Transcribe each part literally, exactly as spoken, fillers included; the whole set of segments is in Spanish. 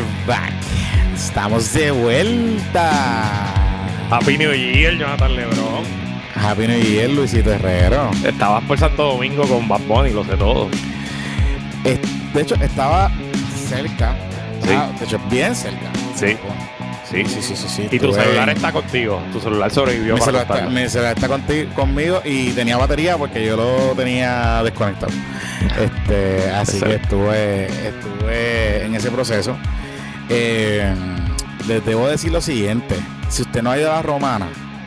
We're back. Estamos de vuelta. Happy New Year, Jonathan Lebron. Happy New Year, Luisito Herrero. Estabas por Santo Domingo con Bad Bunny, lo sé todo. Eh, de hecho, estaba cerca. Sí. Ah, de hecho, bien cerca. Sí. Sí, Sí, sí, sí, sí. Y tu Estuve celular en- está contigo. Tu celular sobrevivió Mi para celular, está, contarlo. mi celular está conti- conmigo y tenía batería porque yo lo tenía desconectado. Este, así que Excelente. estuve, estuve en ese proceso. Eh, les debo decir lo siguiente: si usted no ha ido a la Romana,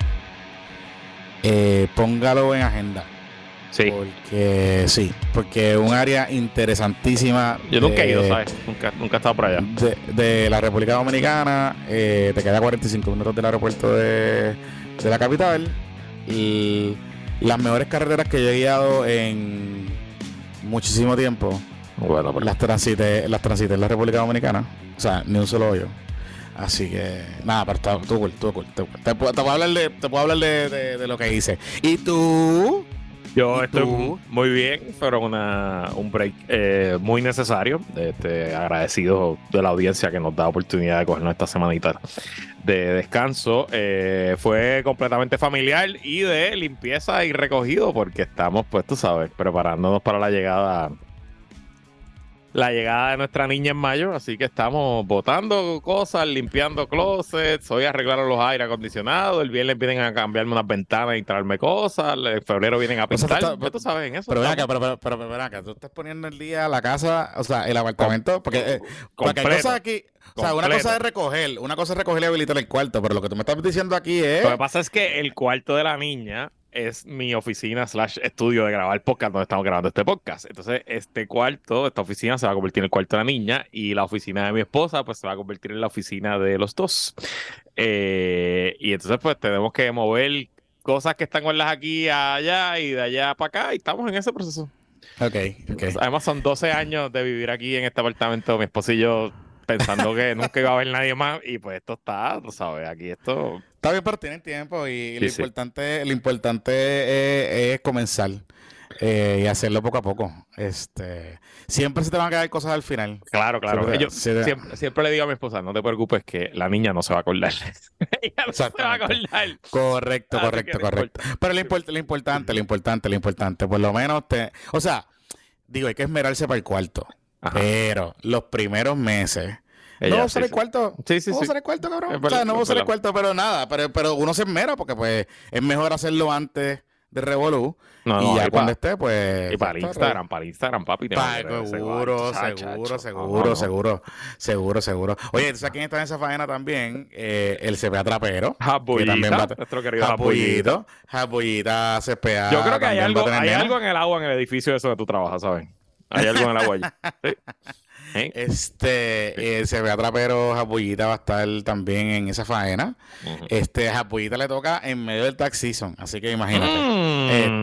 eh, póngalo en agenda. Sí. Porque sí, porque es un área interesantísima. Yo nunca he de- ido, ¿sabes? Nunca, nunca he estado por allá. de, de la República Dominicana. Eh, te queda cuarenta y cinco minutos del aeropuerto de, de la capital. Y las mejores carreteras que yo he guiado en muchísimo tiempo Bueno, pero las transité, las transité en la República Dominicana. O sea, ni un solo hoyo. Así que nada, pero está tú cool, tú cool, tú cool. Te, puedo- te puedo hablar de, te puedo hablar de, de- de lo que hice. ¿Y tú? yo ¿Y estoy tú? muy bien. Fueron una, un break eh, muy necesario. Este, agradecido de la audiencia que nos da oportunidad de cogernos esta semanita de descanso. Eh, fue completamente familiar y de limpieza y recogido porque estamos, pues tú sabes, preparándonos para la llegada la llegada de nuestra niña en mayo, así que estamos botando cosas, limpiando closets, hoy arreglaron los aire acondicionados, el viernes vienen a cambiarme unas ventanas y traerme cosas, en febrero vienen a O sea, tú pintar, estás- ya tú sabes, en eso Pero ven estamos. acá, pero, pero, pero, pero ven acá, tú estás poniendo el día la casa, o sea, el apartamento, porque, eh, porque hay completo, cosas aquí, o sea, una completo. cosa es recoger, una cosa es recoger y habilitar el cuarto, pero lo que tú me estás diciendo aquí es... Lo que pasa es que el cuarto de la niña es mi oficina slash estudio de grabar podcast donde estamos grabando este podcast. Entonces, este cuarto, esta oficina se va a convertir en el cuarto de la niña y la oficina de mi esposa pues se va a convertir en la oficina de los dos. Eh, y entonces pues tenemos que mover cosas que están guardadas aquí a allá y de allá para acá y estamos en ese proceso. Ok, ok. Además son doce años de vivir aquí en este apartamento, mi esposa y yo pensando que nunca iba a haber nadie más y pues esto está, tú sabes, aquí esto... Está bien, pero tienen tiempo y Sí, lo sí. importante, lo importante es, es comenzar eh, y hacerlo poco a poco. Este, siempre se te van a quedar cosas al final. Claro, claro. Siempre te- Yo se te- siempre, siempre le digo a mi esposa, no te preocupes que la niña no se va a acordar. Ella no se va a Exactamente. acordar. Correcto, Así correcto, que no correcto. Pero lo, import- lo importante, lo importante, lo importante, por lo menos te, o sea, digo, hay que esmerarse para el cuarto, Ajá. pero los primeros meses Ella, no voy a sí, usar el sí. cuarto. Sí, sí, no voy a sí. usar el cuarto, cabrón. Es O sea, verdad, no voy a es usar el verdad. cuarto, pero nada. Pero, pero uno se esmera porque, pues, es mejor hacerlo antes de Revolú. No, y no, ya y cuando pa- esté, pues. Y para el está Instagram, para el Instagram, papi. tengo Pa- que ver ese seguro, cuarto, seguro, chacho. seguro, No, no. seguro, seguro, seguro. Oye, ¿tú sabes quién está en esa faena también? Eh, el C P A Trapero. que Jabullita, también va a- nuestro querido Jabullita. Jabullito, Jabullita, C P A. Yo creo que hay también va a algo, tener hay nena. algo en el agua en el edificio de eso que tú trabajas, ¿sabes? Hay algo en el agua allí. Sí. ¿Eh? Este, eh, C P A Trapero, Jabullita va a estar también en esa faena. Ujú. Este, a Jabullita le toca en medio del tax season, así que imagínate. Mm.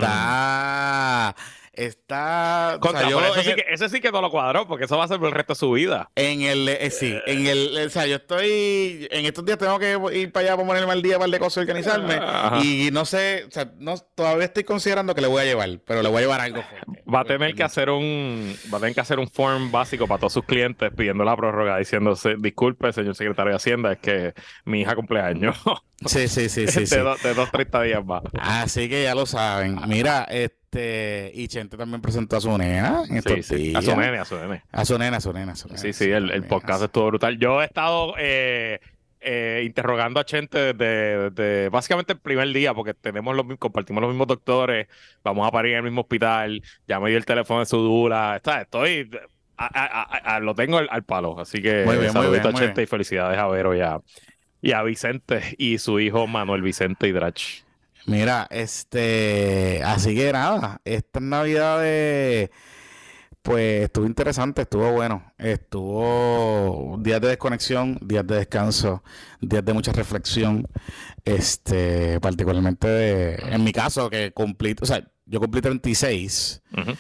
Está, está, o Contra, sea, yo pero eso en sí el- que, ese sí que no lo cuadró, porque eso va a ser por el resto de su vida. En el, eh, sí, en el, o sea, yo estoy, en estos días tengo que ir para allá para ponerme al día, para de cosas, organizarme, Ajá. y no sé, o sea, no, todavía estoy considerando que le voy a llevar, pero le voy a llevar algo fuerte. Va a tener que hacer un va a tener que hacer un form básico para todos sus clientes pidiendo la prórroga diciéndose disculpe señor secretario de Hacienda es que mi hija cumpleaños Sí, sí, sí, sí, de, sí. dos, de dos treinta días más. Así que ya lo saben. Mira, este, y Chente también presentó a su nena en estos Sí, sí. días. A su nene, a su nene. A su nena, a su nena, a su nena. Sí, sí, el, el también, podcast así. estuvo brutal. Yo he estado eh, eh, interrogando a Chente desde, desde básicamente el primer día, porque tenemos los, mi- compartimos los mismos doctores, vamos a parir en el mismo hospital, ya me dio el teléfono de su dula, está, estoy, a- a- a- a- lo tengo al, al palo, así que Muy bien, muy saludito bien, a muy Chente bien. y felicidades a Vero y a, y a Vicente y su hijo Manuel Vicente Hidrach. Mira, este, así que nada, estas navidades, pues estuvo interesante, estuvo bueno, estuvo días de desconexión, días de descanso, días de mucha reflexión, este, particularmente de- en mi caso que cumplí, o sea, yo cumplí treinta y seis, Ujú.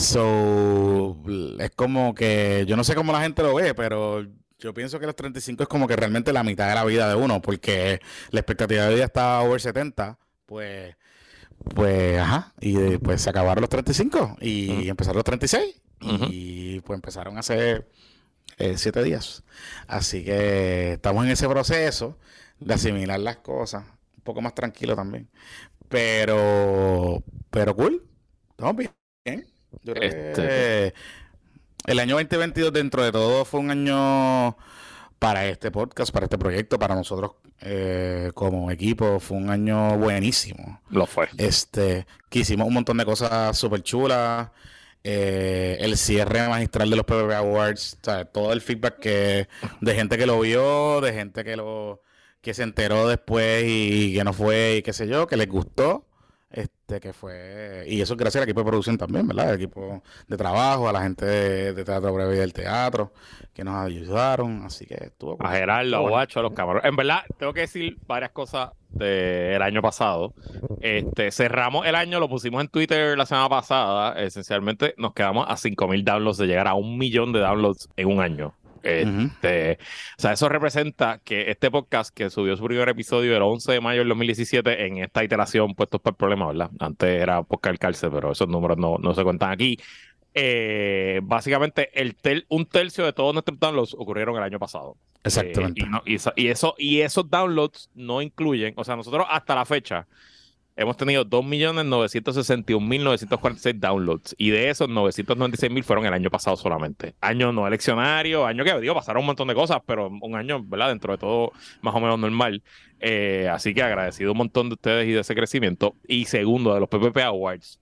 so, es como que, yo no sé cómo la gente lo ve, pero yo pienso que los treinta y cinco es como que realmente la mitad de la vida de uno, porque la expectativa de vida está over setenta, pues, pues, ajá, y eh, pues se acabaron los treinta y cinco y Ujú. empezaron los treinta y seis Ujú. y pues empezaron a hacer eh, siete días. Así que estamos en ese proceso de asimilar las cosas, un poco más tranquilo también. Pero, pero cool, estamos bien. Yo creo Este, que el año veinte veintidós dentro de todo fue un año para este podcast, para este proyecto, para nosotros eh, como equipo, fue un año buenísimo. lo fue. Este, que hicimos un montón de cosas súper chulas. Eh, el cierre magistral de los P P P Awards, o sea, todo el feedback que de gente que lo vio, de gente que lo que se enteró después y que no fue y qué sé yo, que les gustó. Este, que fue, y eso es gracias al equipo de producción también, ¿verdad? El equipo de trabajo, a la gente de, de Teatro Breve y del teatro, que nos ayudaron, así que estuvo cool. A Gerardo, a Estuvo bueno. Guacho, a los camarones. En verdad, tengo que decir varias cosas del año pasado. Este, cerramos el año, lo pusimos en Twitter la semana pasada. Esencialmente, nos quedamos a cinco mil downloads de llegar a un millón de downloads en un año. Este, Ujú. O sea, eso representa que este podcast que subió su primer episodio el once de mayo del dos mil diecisiete, en esta iteración, puestos por el problema, ¿verdad? Antes era podcast cárcel, pero esos números no, no se cuentan aquí. Eh, básicamente, el tel- un tercio de todos nuestros downloads ocurrieron el año pasado. Eh, Exactamente. y, no- y esa- y eso, y esos downloads no incluyen, o sea, nosotros hasta la fecha hemos tenido dos millones novecientos sesenta y un mil novecientos cuarenta y seis downloads, y de esos novecientos noventa y seis mil fueron el año pasado solamente. Año no eleccionario, año que, digo, pasaron un montón de cosas, pero un año, ¿verdad? Dentro de todo, más o menos normal. Eh, así que agradecido un montón de ustedes y de ese crecimiento. Y segundo, de los P P P Awards.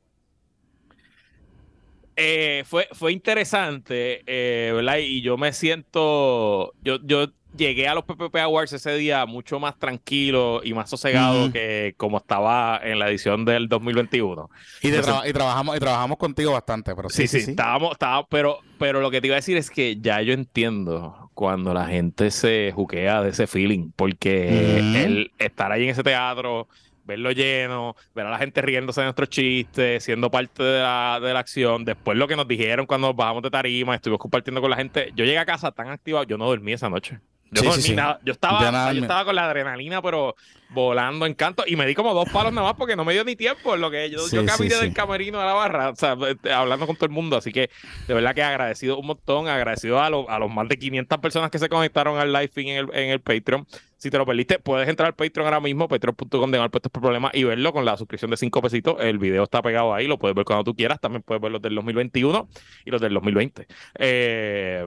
Eh, fue, fue interesante, eh, ¿verdad? Y yo me siento, yo, yo llegué a los P P P Awards ese día mucho más tranquilo y más sosegado Ujú. que como estaba en la edición del dos mil veintiuno. Y, de Me traba- y trabajamos y trabajamos contigo bastante, pero sí, Sí, sí, sí, sí. estábamos, estábamos, pero, pero lo que te iba a decir es que ya yo entiendo cuando la gente se juquea de ese feeling, porque Ujú. el estar ahí en ese teatro, verlo lleno, ver a la gente riéndose de nuestros chistes, siendo parte de la, de la acción, después lo que nos dijeron cuando nos bajamos de tarima, estuvimos compartiendo con la gente, yo llegué a casa tan activado, yo no dormí esa noche. Yo Sí, no sí, dormí sí. nada, yo Ya estaba, o nada, sea, yo me- estaba con la adrenalina, pero volando en canto, y me di como dos palos nada más porque no me dio ni tiempo, en lo que yo, yo Sí, sí, caminé del sí. camerino a la barra, o sea, este, hablando con todo el mundo, así que de verdad que agradecido un montón, agradecido a, los a los más de quinientas personas que se conectaron al live feed en el, en el Patreon. Si te lo perdiste, puedes entrar al Patreon ahora mismo, patreon punto com de puestos por problemas, y verlo con la suscripción de cinco pesitos. El video está pegado ahí, lo puedes ver cuando tú quieras. También puedes ver los del dos mil veintiuno y los del dos mil veinte. Eh,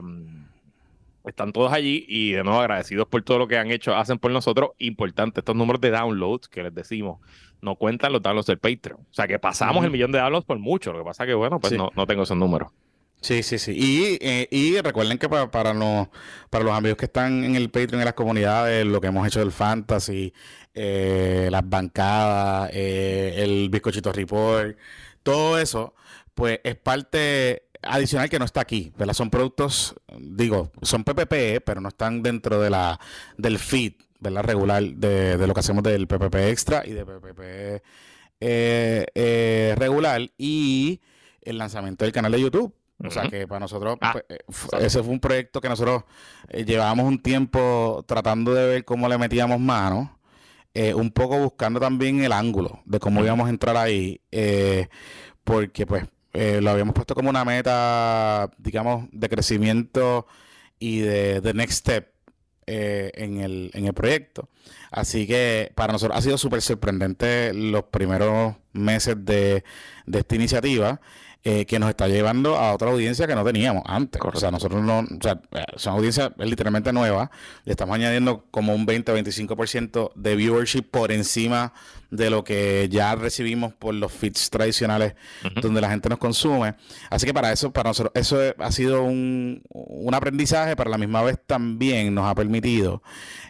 Están todos allí y de nuevo agradecidos por todo lo que han hecho, hacen por nosotros. Importante, estos números de downloads que les decimos, no cuentan los downloads del Patreon. O sea que pasamos el Ujú. millón de downloads por mucho. Lo que pasa que, bueno, pues Sí. no, no tengo esos números. Sí, sí, sí. Y, eh, y recuerden que para, para, los, para los amigos que están en el Patreon, en las comunidades, lo que hemos hecho del Fantasy, eh, las bancadas, eh, el Bizcochito Report, todo eso, pues es parte adicional que no está aquí, ¿verdad? Son productos, digo, son P P P, pero no están dentro de la del feed, ¿verdad? Regular de, de lo que hacemos del P P P Extra y de P P P eh, eh, regular y el lanzamiento del canal de YouTube. O sea Ujú. que para nosotros, Ah, pues, eh, f- exacto. ese fue un proyecto que nosotros eh, llevábamos un tiempo tratando de ver cómo le metíamos mano, eh, un poco buscando también el ángulo de cómo Ujú. íbamos a entrar ahí, eh, porque pues eh, lo habíamos puesto como una meta, digamos, de crecimiento y de, de next step eh, en el, en el proyecto. Así que para nosotros ha sido súper sorprendente los primeros meses de, de esta iniciativa, eh, que nos está llevando a otra audiencia que no teníamos antes. O sea, Correcto. nosotros no, o sea, eh, es una audiencia literalmente nueva. Le estamos añadiendo como un veinte o veinticinco por ciento de viewership por encima de lo que ya recibimos por los feeds tradicionales Ujú. donde la gente nos consume. Así que para eso, para nosotros, eso es- ha sido un, un aprendizaje, pero a la misma vez también nos ha permitido,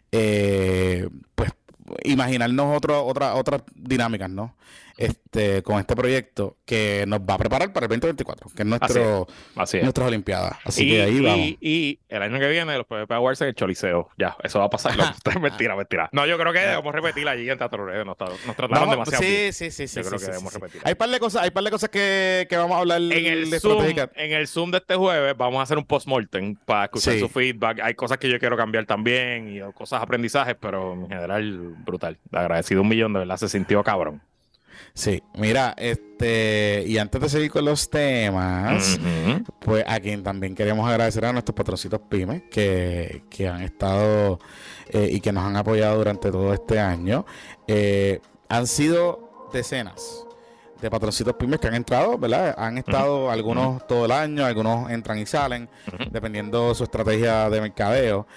eh, pues, imaginarnos otro, otra, otras dinámicas, ¿no? Este, con este proyecto que nos va a preparar para el veinte veinticuatro, que es Así es. nuestro, Así es. nuestras Olimpiadas. Así Y, que ahí y- vamos. y el año que viene los P P P Awards en el Choliseo. Ya, eso va a pasar. No, mentira, mentira. No, yo creo que debemos repetir allí en Teatro Breve. Nos, nos trataron Vamos, demasiado bien. sí, sí, sí, sí, Yo creo sí, que sí, debemos sí. repetir. Hay par de cosas, hay par de cosas que, que vamos a hablar En el de Zoom, estratégica. en el Zoom de este jueves vamos a hacer un post-mortem para escuchar Sí. su feedback. Hay cosas que yo quiero cambiar también y cosas aprendizajes, pero en general brutal. Agradecido un millón, de verdad, se sintió cabrón. Sí, mira, este, y antes de seguir con los temas, Ujú. pues a quien también queremos agradecer a nuestros patroncitos pymes que, que han estado eh, y que nos han apoyado durante todo este año. Eh, han sido decenas de patroncitos pymes que han entrado, ¿verdad? Han estado Ujú. algunos todo el año, algunos entran y salen, Ujú. dependiendo su estrategia de mercadeo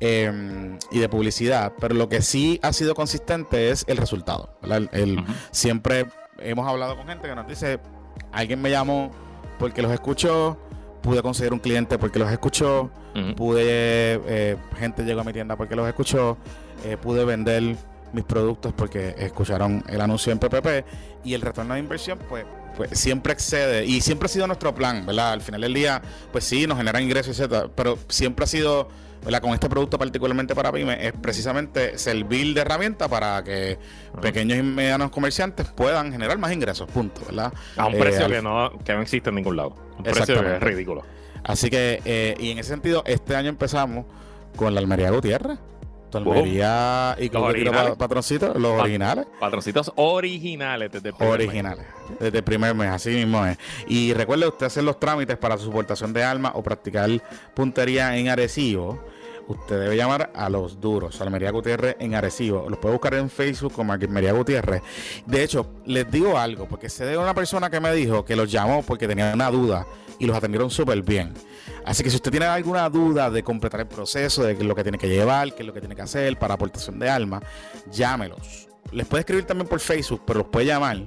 eh, y de publicidad. Pero lo que sí ha sido consistente es el resultado, ¿verdad? El, el- Ujú. siempre hemos hablado con gente que nos dice, alguien me llamó porque los escuchó, pude conseguir un cliente porque los escuchó, Ujú. pude, eh, gente llegó a mi tienda porque los escuchó, eh, pude vender mis productos porque escucharon el anuncio en P P P y el retorno de inversión pues, pues siempre excede y siempre ha sido nuestro plan, ¿verdad? Al final del día pues sí, nos generan ingresos, etcétera, pero siempre ha sido, ¿verdad? Con este producto particularmente para pymes es precisamente servir de herramienta para que Ujú. pequeños y medianos comerciantes puedan generar más ingresos, punto, ¿verdad? A un Eh, precio al- que no, que no existe en ningún lado. Un precio que es Exactamente. ridículo. Así que, eh, y en ese sentido, este año empezamos con la Almería Gutiérrez. Tu Almería y Los Club de Tiro originales. pa- Patroncitos, los Pa- originales. Patroncitos originales desde el primer mes. Originales, desde el primer mes, así mismo es. Y recuerde usted hacer los trámites para su portación de armas o practicar puntería en Arecibo. Usted debe llamar a los duros, Almería Gutiérrez en Arecibo. Los puede buscar en Facebook como Almería Gutiérrez. De hecho, les digo algo, porque sé de una persona que me dijo que los llamó porque tenía una duda y los atendieron súper bien. Así que si usted tiene alguna duda de completar el proceso, de qué es lo que tiene que llevar, qué es lo que tiene que hacer para aportación de armas, llámelos. Les puede escribir también por Facebook, pero los puede llamar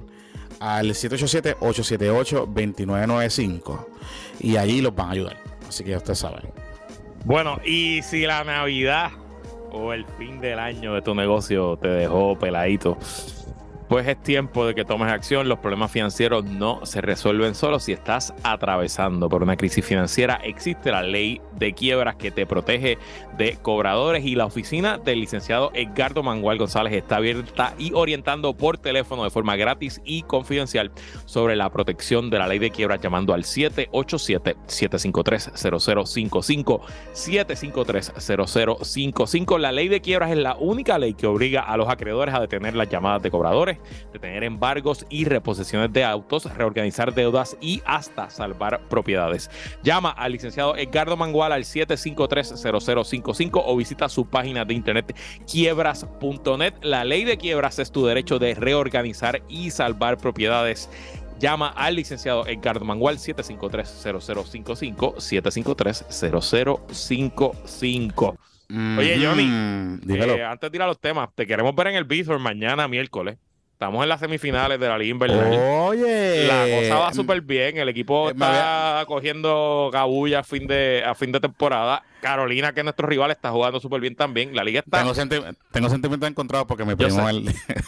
al siete ocho siete, ocho siete ocho, dos nueve nueve cinco y allí los van a ayudar. Así que ya ustedes saben. Bueno, y si la Navidad o el fin del año de tu negocio te dejó peladito, pues es tiempo de que tomes acción. Los problemas financieros no se resuelven solo. Si estás atravesando por una crisis financiera, existe la ley de quiebras que te protege de cobradores y la oficina del licenciado Edgardo Mangual González está abierta y orientando por teléfono de forma gratis y confidencial sobre la protección de la ley de quiebras llamando al siete ocho siete, siete cinco tres, cero cero cinco cinco, siete cinco tres, cero cero cinco cinco. La ley de quiebras es la única ley que obliga a los acreedores a detener las llamadas de cobradores, detener embargos y reposiciones de autos, reorganizar deudas y hasta salvar propiedades. Llama al licenciado Edgardo Mangual al siete cinco tres, cero cero cinco cinco o visita su página de internet quiebras punto net. La ley de quiebras es tu derecho de reorganizar y salvar propiedades. Llama al licenciado Edgardo Mangual siete cinco tres, cero cero cinco cinco, siete cinco tres, cero cero cinco cinco. Oye, Johnny, Mm, dímelo. Eh, antes de ir a los temas, te queremos ver en el Bithorn mañana miércoles. Estamos en las semifinales de la Liga Invernal. Oye, La cosa va súper bien. El equipo eh, me está cogiendo cabulla a fin de, a fin de temporada. Carolina, que es nuestro rival, está jugando súper bien también. La liga está. tengo, senti- tengo sentimientos encontrados porque mi Yo primo sé. el...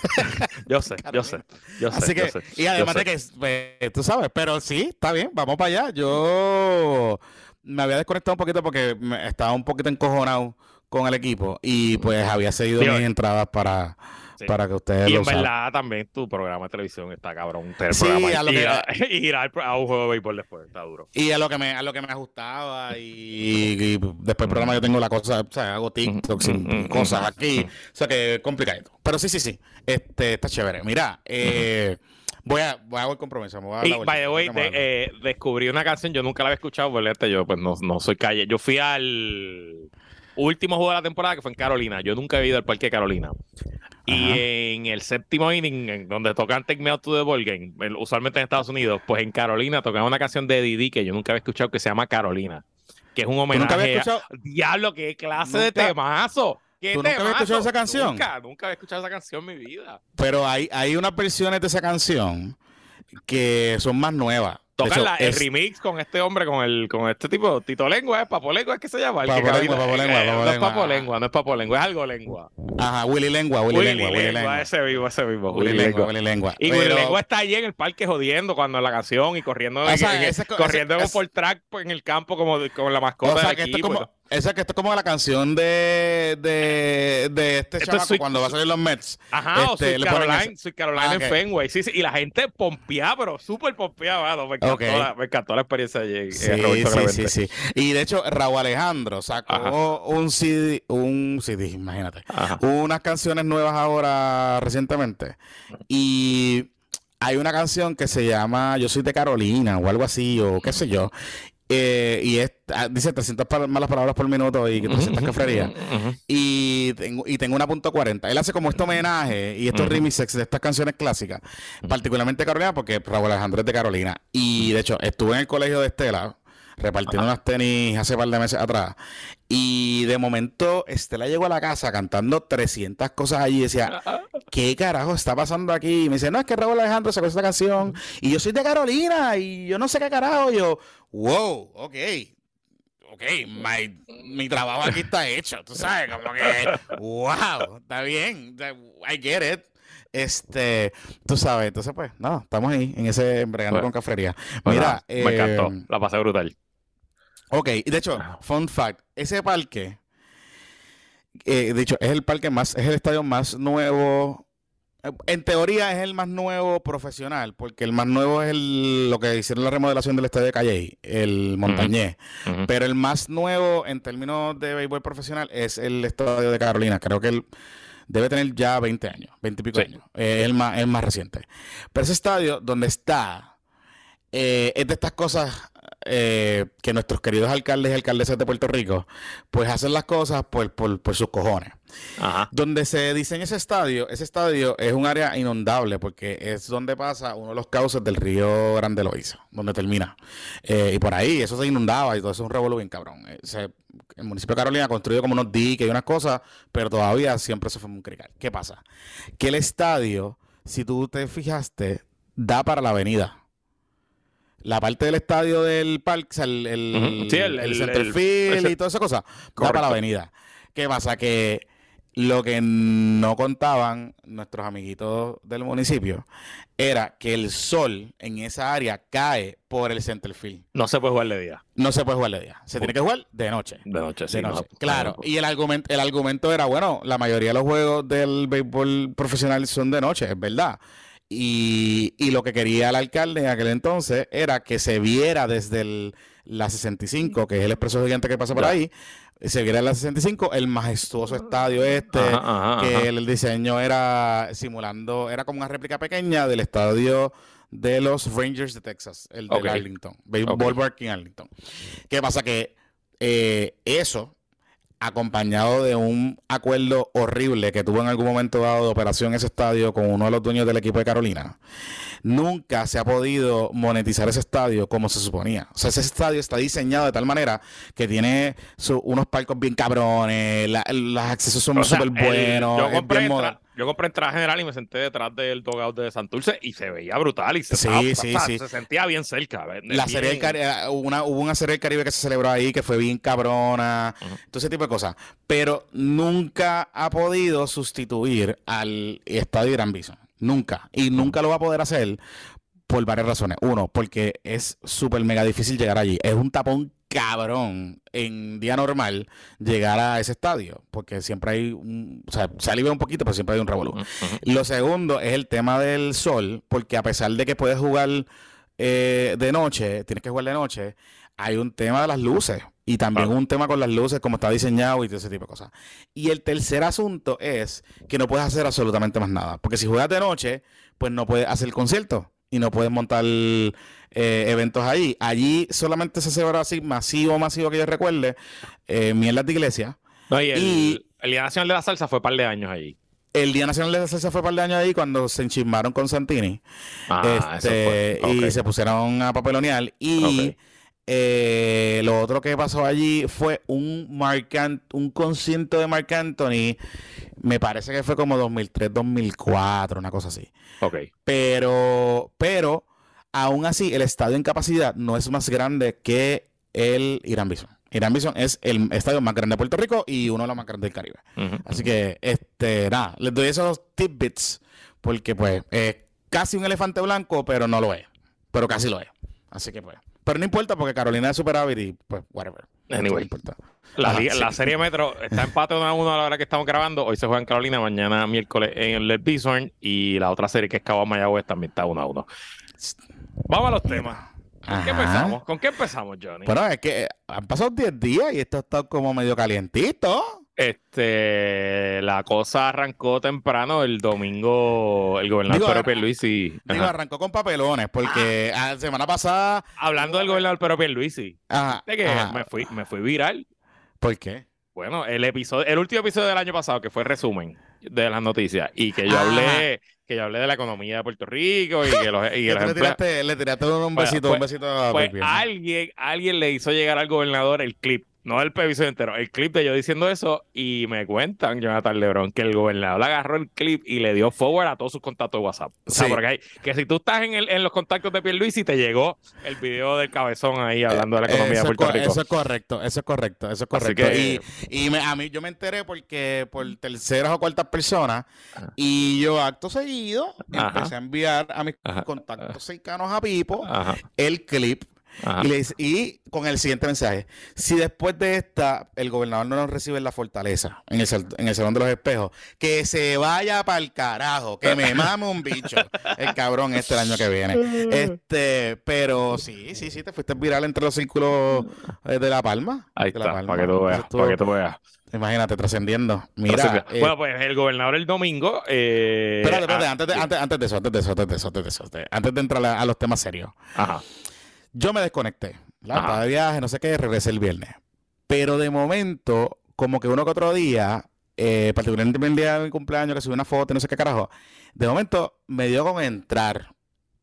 Yo sé, yo sé, yo sé. Así que, yo sé, y además yo de sé. que, pues, tú sabes, pero sí, está bien, vamos para allá. Yo me había desconectado un poquito porque me- estaba un poquito encojonado con el equipo y pues había seguido Digo, mis entradas para, sí. para que ustedes Y lo en usaran. verdad también tu programa de televisión está cabrón. Tener Sí, programa a lo y que- ir, a, ir a, a un juego de béisbol después, está duro. Y a lo que me, a lo que me ajustaba y, y después del programa yo tengo la cosa, o sea, hago TikToks y Mm, mm, mm, cosas mm, aquí, mm. o sea que es complicado. Pero sí, sí, sí, este, está chévere. Mira, eh, voy a, voy a hacer el compromiso, me voy a dar la Y, vuelta, by the way, tengo que de- darle. eh, descubrí una canción, yo nunca la había escuchado, ¿verdad? Yo pues no, no soy calle. Yo fui al último juego de la temporada que fue en Carolina. Yo nunca he ido al Parque de Carolina. Y Ajá. en el séptimo inning, en donde tocan Take Me Out to the Ball Game, el- usualmente en Estados Unidos, pues en Carolina tocan una canción de Didi que yo nunca había escuchado que se llama Carolina, que es un ¿Tú nunca homenaje habías escuchado, a... ¡Diablo, qué clase de Nunca- temazo! ¡Qué tú nunca habías temazo! escuchado esa canción? Nunca, nunca había escuchado esa canción en mi vida. pero hay, hay unas versiones de esa canción que son más nuevas. De Tocan hecho, la- el es- remix con este hombre, con el con este tipo, Tito Lengua, ¿es Papo Lengua? ¿Es que se llama? El que Papolengua, Carolina- Papolengua, eh, No es Papolengua. Papo Lengua, no es Papo Lengua, es algo lengua. Ajá, Willy Lengua, Willy, Lengua, Willy Lengua. ese mismo, ese mismo. Willy Lengua, Willy Lengua. Y Willy Pero- Lengua está allí en el parque jodiendo cuando en la canción y corriendo, O sea, en- en- ese- corriendo ese- por track pues, en el campo como de- con la mascota O sea, del que esto es equipo. y como, todo. esa que esto es como la canción de, de, de este Esto es chamaco Sweet- cuando va a salir los Mets. Ajá, o Este, Sweet le ponen Caroline, ese- Sweet Caroline Ah, en ok. Fenway. Sí, sí, y la gente pompeada, pero súper pompeada. mano. Me, encantó Ok. la, me encantó la experiencia allí. en Sí, Roberto sí, Clemente. sí, sí. Y de hecho, Raúl Alejandro sacó Ajá. un C D, un C D, imagínate, Ajá. unas canciones nuevas ahora recientemente. Y hay una canción que se llama Yo soy de Carolina o algo así, o qué sé yo. Eh, y es, ah, dice trescientas pa- malas palabras por minuto y trescientas cafrerías. Ujú. Y tengo, y tengo una punto cuarenta. Él hace como este homenaje y estos Ujú. remixes de estas canciones clásicas, particularmente de Carolina, porque Raúl Alejandro es de Carolina. Y de hecho, estuve en el colegio de Estela repartiendo unas tenis hace par de meses atrás. Y de momento, Estela llegó a la casa cantando trescientas cosas allí y decía, ¿qué carajo está pasando aquí? Y me dice, no, es que Raúl Alejandro sacó esta canción y yo soy de Carolina y yo no sé qué carajo. Y yo, wow, ok. Ok, my- mi trabajo aquí está hecho, tú sabes, como que, wow, está bien, I get it. Este, tú sabes, entonces pues, no, estamos ahí, en ese bregando Pues, con cafrería. pues Mira, nada, me encantó. eh, La pasé brutal. ok, y de hecho, fun fact, ese parque, eh, de hecho, es el parque más, es el estadio más nuevo. eh, En teoría es el más nuevo profesional, porque el más nuevo es el, lo que hicieron la remodelación del estadio de Calley, el Montañés. Ujú. Pero el más nuevo en términos de béisbol profesional es el estadio de Carolina. Creo que él debe tener ya veinte años, veinte y pico Sí. años. Eh, es el más, el más reciente. Pero ese estadio donde está, eh, es de estas cosas eh, que nuestros queridos alcaldes y alcaldesas de Puerto Rico, pues hacen las cosas por, por, por sus cojones. Ajá. Donde se diseña ese estadio, ese estadio es un área inundable porque es donde pasa uno de los cauces del río Grande Loíza, donde termina. Eh, y por ahí eso se inundaba y todo eso es un revolú bien cabrón. Eh, se- el municipio de Carolina ha construido como unos diques y unas cosas, pero todavía siempre se fue un crical. ¿Qué pasa? Que el estadio, si tú te fijaste, da para la avenida. La parte del estadio del parque, o sea, el, el, Ujú. Sí, el- el el- center el- field ese- y toda esa cosa, da Correcto. para la avenida. ¿Qué pasa? Que lo que no contaban nuestros amiguitos del municipio era que el sol en esa área cae por el center field. No se puede jugar de día. No se puede jugar de día, se tiene que jugar de noche. De noche, sí. De no, noche. no, Claro, no. y el argumento, el argumento era, bueno, la mayoría de los juegos del béisbol profesional son de noche, es verdad. Y, y lo que quería el alcalde en aquel entonces era que se viera desde el- la sesenta y cinco, que es el expreso gigante que pasa por Ya. ahí, se viera en la sesenta y cinco el majestuoso estadio este, Ajá, ajá, que ajá. el diseño era simulando, era como una réplica pequeña del estadio de los Rangers de Texas, el de Ok. Arlington, Baseball Ok. Park en Arlington. ¿Qué pasa? Que eh, eso, acompañado de un acuerdo horrible que tuvo en algún momento dado de operación ese estadio con uno de los dueños del equipo de Carolina, nunca se ha podido monetizar ese estadio como se suponía. O sea, ese estadio está diseñado de tal manera que tiene su- unos palcos bien cabrones, la- los accesos son O sea, súper el- buenos, yo, es compré bien entra- moderno. yo compré entrada general y me senté detrás del dugout de Santurce y se veía brutal y se, Sí, estaba- sí, o sea, sí. se sentía bien cerca. ¿ves? La Bien- serie del Caribe, una, hubo una serie del Caribe que se celebró ahí que fue bien cabrona, Ujú. todo ese tipo de cosas. Pero nunca ha podido sustituir al estadio Irán Bison. Nunca. Y nunca lo va a poder hacer por varias razones. Uno, porque es súper mega difícil llegar allí. Es un tapón cabrón en día normal llegar a ese estadio. Porque siempre hay un... O sea, se alivia un poquito, pero siempre hay un revolú. Ujú, ujú. Lo segundo es el tema del sol, porque a pesar de que puedes jugar eh, de noche, tienes que jugar de noche, hay un tema de las luces y también Claro. un tema con las luces, como está diseñado y todo ese tipo de cosas. Y el tercer asunto es que no puedes hacer absolutamente más nada, porque si juegas de noche, pues no puedes hacer conciertos y no puedes montar eh, eventos ahí. Allí solamente se celebra así, masivo, masivo que yo recuerde, eh, mierdas de iglesia. No, y el, Y- el Día Nacional de la Salsa fue un par de años allí. El Día Nacional de la Salsa fue un par de años ahí cuando se enchismaron con Santini. Ah, Este, eso fue. y Ok. se pusieron a papelonear. Y Ok. eh, lo otro que pasó allí fue un Marc Ant- un concierto de Marc Anthony. Me parece que fue como dos mil tres, dos mil cuatro, una cosa así. Ok. Pero, pero, aún así, el estadio en capacidad no es más grande que el Irán Bison. Irán Bison es el estadio más grande de Puerto Rico y uno de los más grandes del Caribe. Ujú, Así ujú. que, este, nada, les doy esos tidbits porque, pues, es casi un elefante blanco, pero no lo es. Pero casi lo es. Así que, pues. Pero no importa porque Carolina es superávit y, pues, whatever. Anyway. No importa. La, Ajá, liga- sí. la serie Metro está empate uno a uno a la hora que estamos grabando. Hoy se juega en Carolina, mañana miércoles en el Bison. Y la otra serie que es Cabo Mayagüez también está uno a uno. Vamos a los temas. ¿Con qué Ajá. empezamos? ¿Con qué empezamos, Johnny? Bueno, es que han pasado diez días y esto está como medio calientito. Este, la cosa arrancó temprano el domingo, el gobernador Digo, Pedro ar- Pierluisi. digo, Ajá. arrancó con papelones, porque la semana pasada Hablando del hubo... gobernador Pedro Pierluisi, Ajá, viste que ajá. me fui, me fui viral. ¿Por qué? Bueno, el episodio, el último episodio del año pasado, que fue el resumen de las noticias, y que yo Ajá. hablé, que yo hablé de la economía de Puerto Rico y que los, y que Que los tú le empleados. tiraste, le tiraste un Pues, besito, un pues, besito a pues Pipi, ajá. alguien, alguien le hizo llegar al gobernador el clip, no el episodio entero, el clip de yo diciendo eso, y me cuentan, Jonathan Lebron, que el gobernador agarró el clip y le dio forward a todos sus contactos de WhatsApp. O sea, Sí. porque hay, que si tú estás en, el, en los contactos de Pierluisi, te llegó el video del cabezón ahí hablando de la economía de Eso es, Puerto co- Rico. eso es correcto, eso es correcto, eso es Así correcto. que, Y, y me- a mí yo me enteré porque por terceras o cuartas personas, y yo acto seguido ajá, empecé a enviar a mis ajá, contactos cercanos a Pipo ajá, el clip ajá. y, le dice- y con el siguiente mensaje: si después de esta el gobernador no nos recibe en la fortaleza, en el, sal- en el Salón de los Espejos, que se vaya para el carajo, que me mame un bicho el cabrón este el año que viene. Este, pero sí, sí, sí, te fuiste viral entre los círculos eh, de La Palma. Ahí de La está, Palma. para que tú Eso veas, estuvo, para que tú veas. imagínate, trascendiendo. Mira, Entonces, eh, bueno, pues el gobernador el domingo. Eh, espérate, espérate, ah, antes de, antes, antes de eso, antes de eso, antes de eso, antes de eso, antes antes de entrar a, a los temas serios. ajá, Yo me desconecté, ¿verdad? Ajá. Estaba de viaje, no sé qué, regresé el viernes. Pero de momento, como que uno que otro día, eh, particularmente el día de mi cumpleaños, que subí una foto y no sé qué carajo, de momento me dio con entrar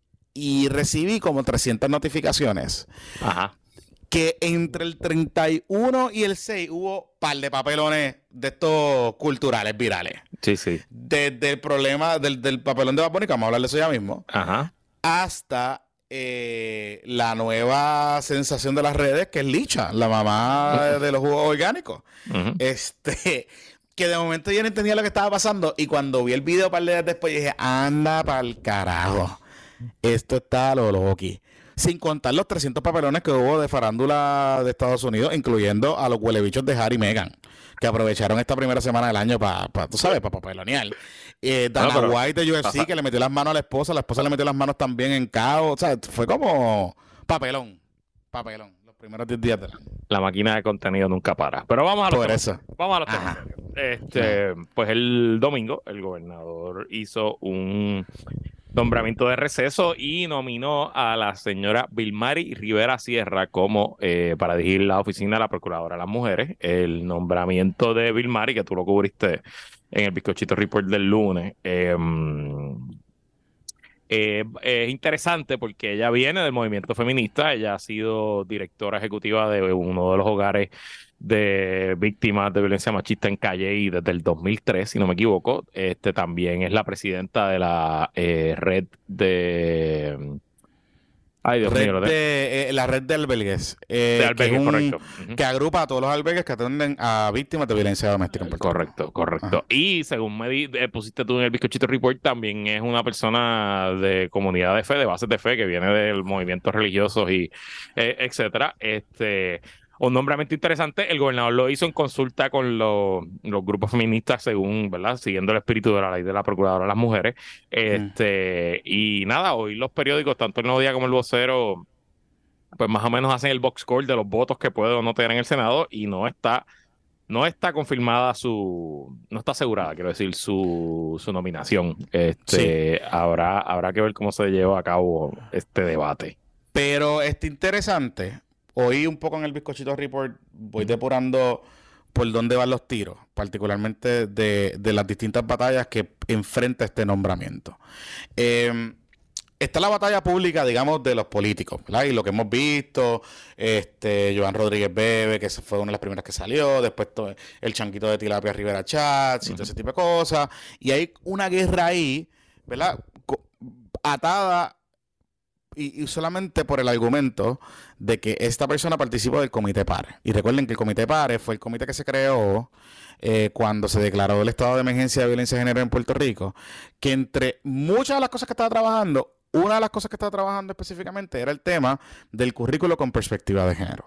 y recibí como trescientas notificaciones ajá. que entre el treinta y uno y el seis hubo par de papelones de estos culturales virales. Sí, sí. Desde el problema del, del papelón de Bad Bunny, que vamos a hablar de eso ya mismo, Ajá. hasta eh, la nueva sensación de las redes, que es Licha, la mamá de los jugos orgánicos. Ujú. Este, que de momento yo no entendía lo que estaba pasando, y cuando vi el video un par de días después dije, anda pa'l carajo, esto está a lo loqui. Sin contar los trescientos papelones que hubo de farándula de Estados Unidos, incluyendo a los huelebichos de Harry y Meghan, que aprovecharon esta primera semana del año para, pa, tú sabes, para papelonear. Eh, Dana Bueno, pero- White de U F C, Ajá. que le metió las manos a la esposa, la esposa le metió las manos también en caos. O sea, fue como papelón, papelón, los primeros diez días del año. La máquina de contenido nunca para. Pero vamos a los Por temas. eso. Vamos a los temas. Ajá. Este, pues el domingo el gobernador hizo un nombramiento de receso y nominó a la señora Vilmari Rivera Sierra como eh, para dirigir la oficina de la Procuradora de las Mujeres. El nombramiento de Vilmari, que tú lo cubriste en el Bizcochito Report del lunes, eh, eh, es interesante porque ella viene del movimiento feminista. Ella ha sido directora ejecutiva de uno de los hogares de víctimas de violencia machista en Calle y desde el dos mil tres, si no me equivoco. Este también es la presidenta de la eh, red de... Ay, Dios Red mío, lo de, de, eh, la red de albergues, eh, de que, es albergues, un- correcto. Ujú. que agrupa a todos los albergues que atienden a víctimas de violencia doméstica en Puerto Rico. Correcto, correcto. Ajá. Y según me di- eh, pusiste tú en el Bizcochito Report, también es una persona de comunidad de fe, de bases de fe, que viene del movimientos religiosos y eh, etcétera. Este, un nombramiento interesante. El gobernador lo hizo en consulta con los, los grupos feministas, según, ¿verdad? Siguiendo el espíritu de la ley de la Procuradora de las Mujeres. Este, y nada, hoy los periódicos, tanto el Nuevo Día como el Vocero, pues más o menos hacen el box score de los votos que puede o no tener en el Senado, y no está, no está confirmada su, no está asegurada, quiero decir, su, su nominación. Este, habrá, habrá que ver cómo se lleva a cabo este debate. Pero está interesante. Oí un poco en el Bizcochito Report, voy depurando por dónde van los tiros, particularmente de, de las distintas batallas que enfrenta este nombramiento. Eh, está la batalla pública, digamos, de los políticos, ¿verdad? Y lo que hemos visto, este, Joan Rodríguez Bebe, que fue una de las primeras que salió, después to- el chanquito de Tilapia Rivera Chats y todo ese tipo de cosas. Y hay una guerra ahí, ¿verdad? Co- atada y, y solamente por el argumento de que esta persona participó del Comité PARE. Y recuerden que el Comité PARE fue el comité que se creó eh, cuando se declaró el estado de emergencia de violencia de género en Puerto Rico, que entre muchas de las cosas que estaba trabajando, una de las cosas que estaba trabajando específicamente era el tema del currículo con perspectiva de género.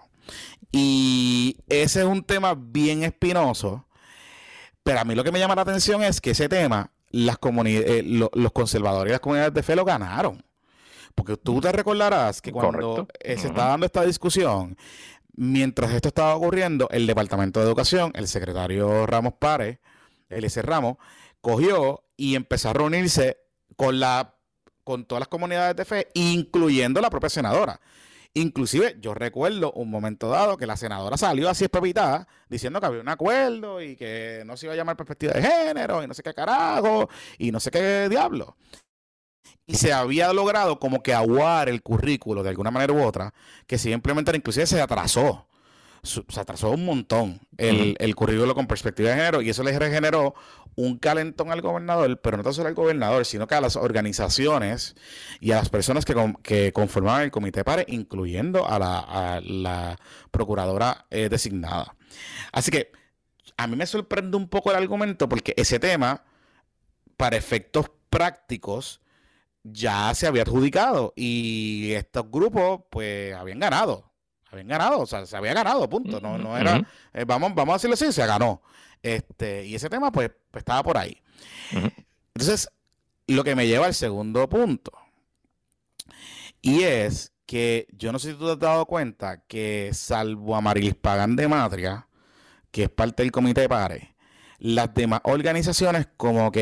Y ese es un tema bien espinoso, pero a mí lo que me llama la atención es que ese tema, las comuni- eh, lo- los conservadores y las comunidades de fe lo ganaron. Porque tú te recordarás que cuando Correcto. eh, se Ujú. está dando esta discusión, Mientras esto estaba ocurriendo, el Departamento de Educación, el secretario Ramos Párez, Eliezer Ramos, cogió y empezó a reunirse con la con todas las comunidades de fe, incluyendo la propia senadora. Inclusive, yo recuerdo un momento dado que la senadora salió así espepitada, diciendo que había un acuerdo y que no se iba a llamar perspectiva de género y no sé qué carajo y no sé qué diablo. Y se había logrado como que aguar el currículo de alguna manera u otra, que se iba a implementar, inclusive se atrasó. Se atrasó un montón el, uh-huh. el currículo con perspectiva de género, y eso le generó un calentón al gobernador, pero no tan solo al gobernador, sino que a las organizaciones y a las personas que, que conformaban el comité PARE, incluyendo a la, a la procuradora eh, designada. Así que a mí me sorprende un poco el argumento, porque ese tema, para efectos prácticos, ya se había adjudicado y estos grupos pues habían ganado. Habían ganado, o sea, se había ganado, punto. No, no era, uh-huh. eh, vamos, vamos a decirlo así, se ganó. Este, y ese tema, pues, pues estaba por ahí. Uh-huh. Entonces, lo que me lleva al segundo punto. Y es que yo no sé si tú te has dado cuenta que, salvo Amarilis Pagán de Matria, que es parte del comité de PARE, las demás organizaciones como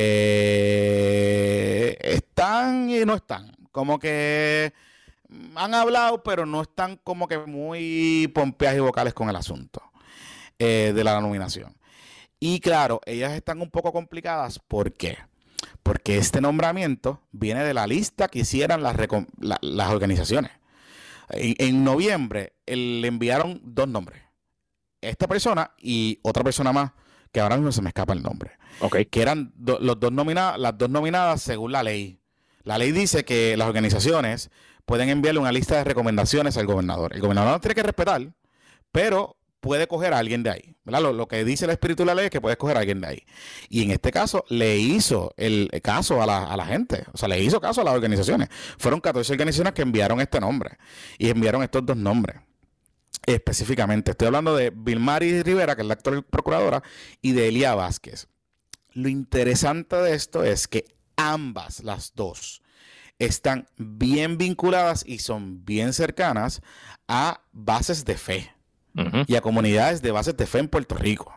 que están y no están. Como que han hablado, pero no están como que muy pompeas y vocales con el asunto eh, de la nominación. Y claro, ellas están un poco complicadas. ¿Por qué? Porque este nombramiento viene de la lista que hicieran las, la, las organizaciones. En, en noviembre el, le enviaron dos nombres. Esta persona y otra persona más, que ahora mismo se me escapa el nombre. Okay. Que eran do, los dos nominadas, las dos nominadas según la ley. La ley dice que las organizaciones pueden enviarle una lista de recomendaciones al gobernador. El gobernador no tiene que respetar, pero puede coger a alguien de ahí, ¿verdad? Lo, lo que dice el espíritu de la ley es que puede escoger a alguien de ahí. Y en este caso le hizo el caso a la, a la gente, o sea, le hizo caso a las organizaciones. Fueron catorce organizaciones que enviaron este nombre y enviaron estos dos nombres. Específicamente, estoy hablando de Vilmari Rivera, que es la actual procuradora, y de Elia Vázquez. Lo interesante de esto es que ambas, las dos, están bien vinculadas y son bien cercanas a bases de fe uh-huh. y a comunidades de bases de fe en Puerto Rico.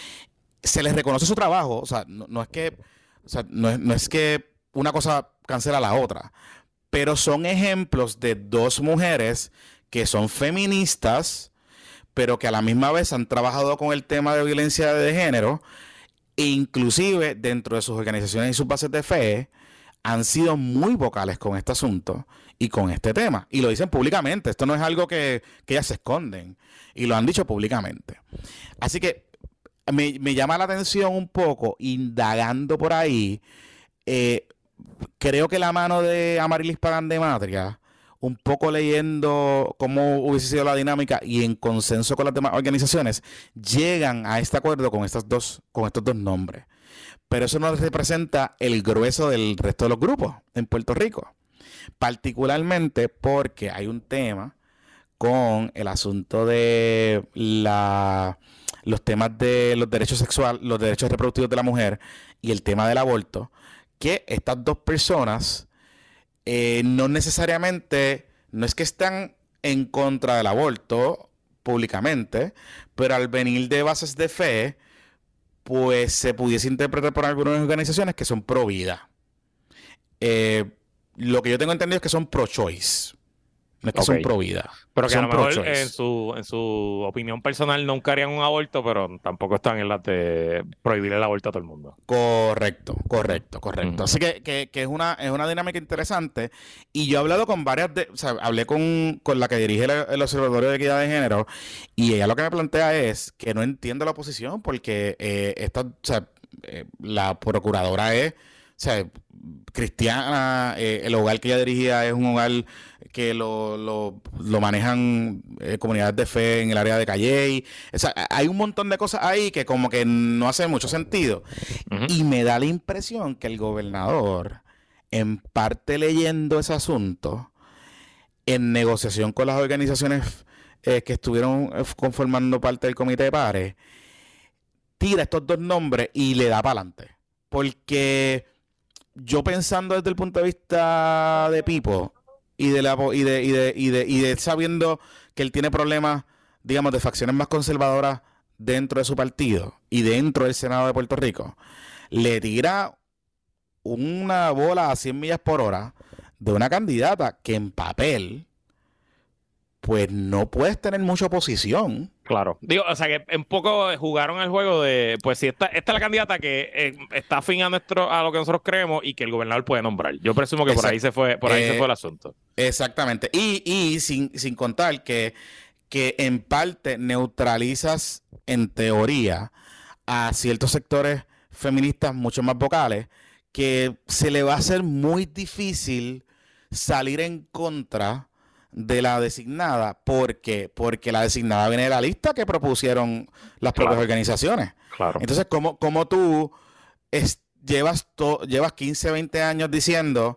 Se les reconoce su trabajo, o sea, no, no es que, o sea, no es, no es que una cosa cancela a la otra, pero son ejemplos de dos mujeres que son feministas, pero que a la misma vez han trabajado con el tema de violencia de género, e inclusive dentro de sus organizaciones y sus bases de fe han sido muy vocales con este asunto y con este tema. Y lo dicen públicamente. Esto no es algo que, que ellas se esconden. Y lo han dicho públicamente. Así que me, me llama la atención un poco, indagando por ahí. Eh, creo que la mano de Amarilis Pagán de Matria, un poco leyendo cómo hubiese sido la dinámica y en consenso con las demás organizaciones, llegan a este acuerdo con, estas dos, con estos dos nombres. Pero eso no representa el grueso del resto de los grupos en Puerto Rico. Particularmente porque hay un tema con el asunto de la, los temas de los derechos sexuales, los derechos reproductivos de la mujer y el tema del aborto, que estas dos personas eh, no necesariamente, no es que están en contra del aborto públicamente, pero al venir de bases de fe, pues se pudiese interpretar por algunas organizaciones que son pro vida. Eh, lo que yo tengo entendido es que son pro choice. No es que okay. son pro vida. Pero que son a lo mejor en su, en su opinión personal nunca harían un aborto, pero tampoco están en la de prohibir el aborto a todo el mundo. Correcto, correcto, correcto. Uh-huh. Así que, que, que es una es una dinámica interesante. Y yo he hablado con varias, de, o sea, hablé con, con la que dirige el, el Observatorio de Equidad de Género, y ella lo que me plantea es que no entiende la oposición porque eh, esta, o sea, eh, la procuradora es, o sea, cristiana, eh, el hogar que ella dirigía es un hogar que lo, lo, lo manejan eh, comunidades de fe en el área de Calley. O sea, hay un montón de cosas ahí que como que no hace mucho sentido. Uh-huh. Y me da la impresión que el gobernador, en parte leyendo ese asunto, en negociación con las organizaciones eh, que estuvieron conformando parte del comité de pares, tira estos dos nombres y le da para adelante. Porque yo pensando desde el punto de vista de Pipo y de la y de y de y de, y de sabiendo que él tiene problemas digamos, de facciones más conservadoras dentro de su partido y dentro del Senado de Puerto Rico, le tira una bola a cien millas por hora de una candidata que en papel, pues no puedes tener mucha oposición. Claro. Digo, o sea que un poco jugaron el juego de, pues si esta, esta es la candidata que eh, está afín a nuestro, a lo que nosotros creemos y que el gobernador puede nombrar. Yo presumo que Exacto. por ahí se fue, por ahí eh, se fue el asunto. Exactamente. Y, y sin, sin contar que, que en parte neutralizas en teoría a ciertos sectores feministas mucho más vocales que se le va a hacer muy difícil salir en contra de la designada. ¿Por qué? Porque la designada viene de la lista que propusieron las propias claro. organizaciones. Claro. Entonces, ¿cómo, cómo tú es, llevas, to, llevas quince, veinte años diciendo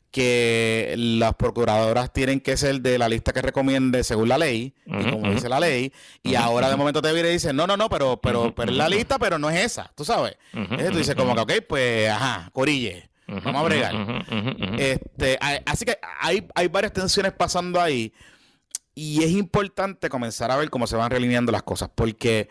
que las procuradoras tienen que ser de la lista que recomiende según la ley, uh-huh, y como uh-huh. dice la ley, y uh-huh, ahora de momento te viene y dice, no, no, no, pero, pero, uh-huh, pero es la lista, pero no es esa, tú sabes. Uh-huh, Entonces tú dices como que, ok, pues, ajá, corille. Uh-huh, Vamos a bregar. Uh-huh, uh-huh, uh-huh. Este, hay, así que hay, hay varias tensiones pasando ahí y es importante comenzar a ver cómo se van realineando las cosas, porque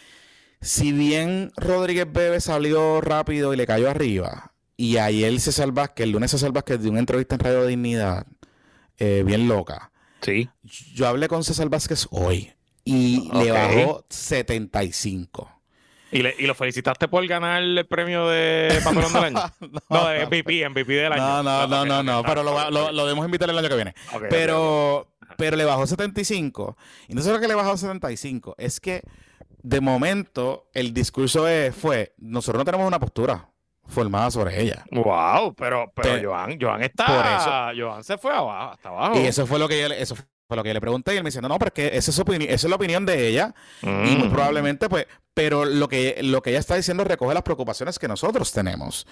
si bien Rodríguez Bebe salió rápido y le cayó arriba, y ayer César Vázquez, el lunes César Vázquez dio una entrevista en Radio Dignidad, eh, bien loca. Sí. Yo hablé con César Vázquez hoy y okay. le bajó setenta y cinco. ¿Y, le, ¿Y lo felicitaste por ganar el premio de Patrón del Año? no, no, de M V P, M V P del año. No, no, no, no, no, pero lo, lo, lo debemos invitar el año que viene. Okay, pero, okay, okay. pero le bajó setenta y cinco. Y no solo que le bajó setenta y cinco, es que de momento el discurso es, fue, nosotros no tenemos una postura formada sobre ella. Wow, pero, pero Te, Joan, Joan está, por eso, Joan se fue abajo, hasta abajo. Y eso fue lo que yo, eso fue lo que yo le pregunté y él me dice, no, no, pero es que esa es, opini- esa es la opinión de ella mm. y muy probablemente, pues, pero lo que, lo que ella está diciendo recoge las preocupaciones que nosotros tenemos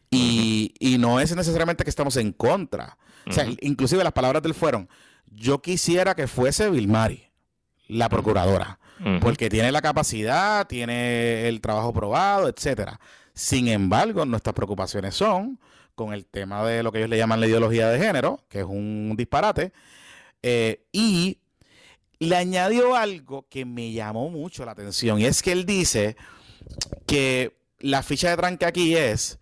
y, uh-huh. y no es necesariamente que estamos en contra. Uh-huh. O sea, inclusive las palabras de él fueron, yo quisiera que fuese Vilmari, la procuradora, uh-huh. porque tiene la capacidad, tiene el trabajo probado, etcétera. Sin embargo, nuestras preocupaciones son con el tema de lo que ellos le llaman la ideología de género, que es un disparate, eh, y le añadió algo que me llamó mucho la atención, y es que él dice que la ficha de tranque aquí es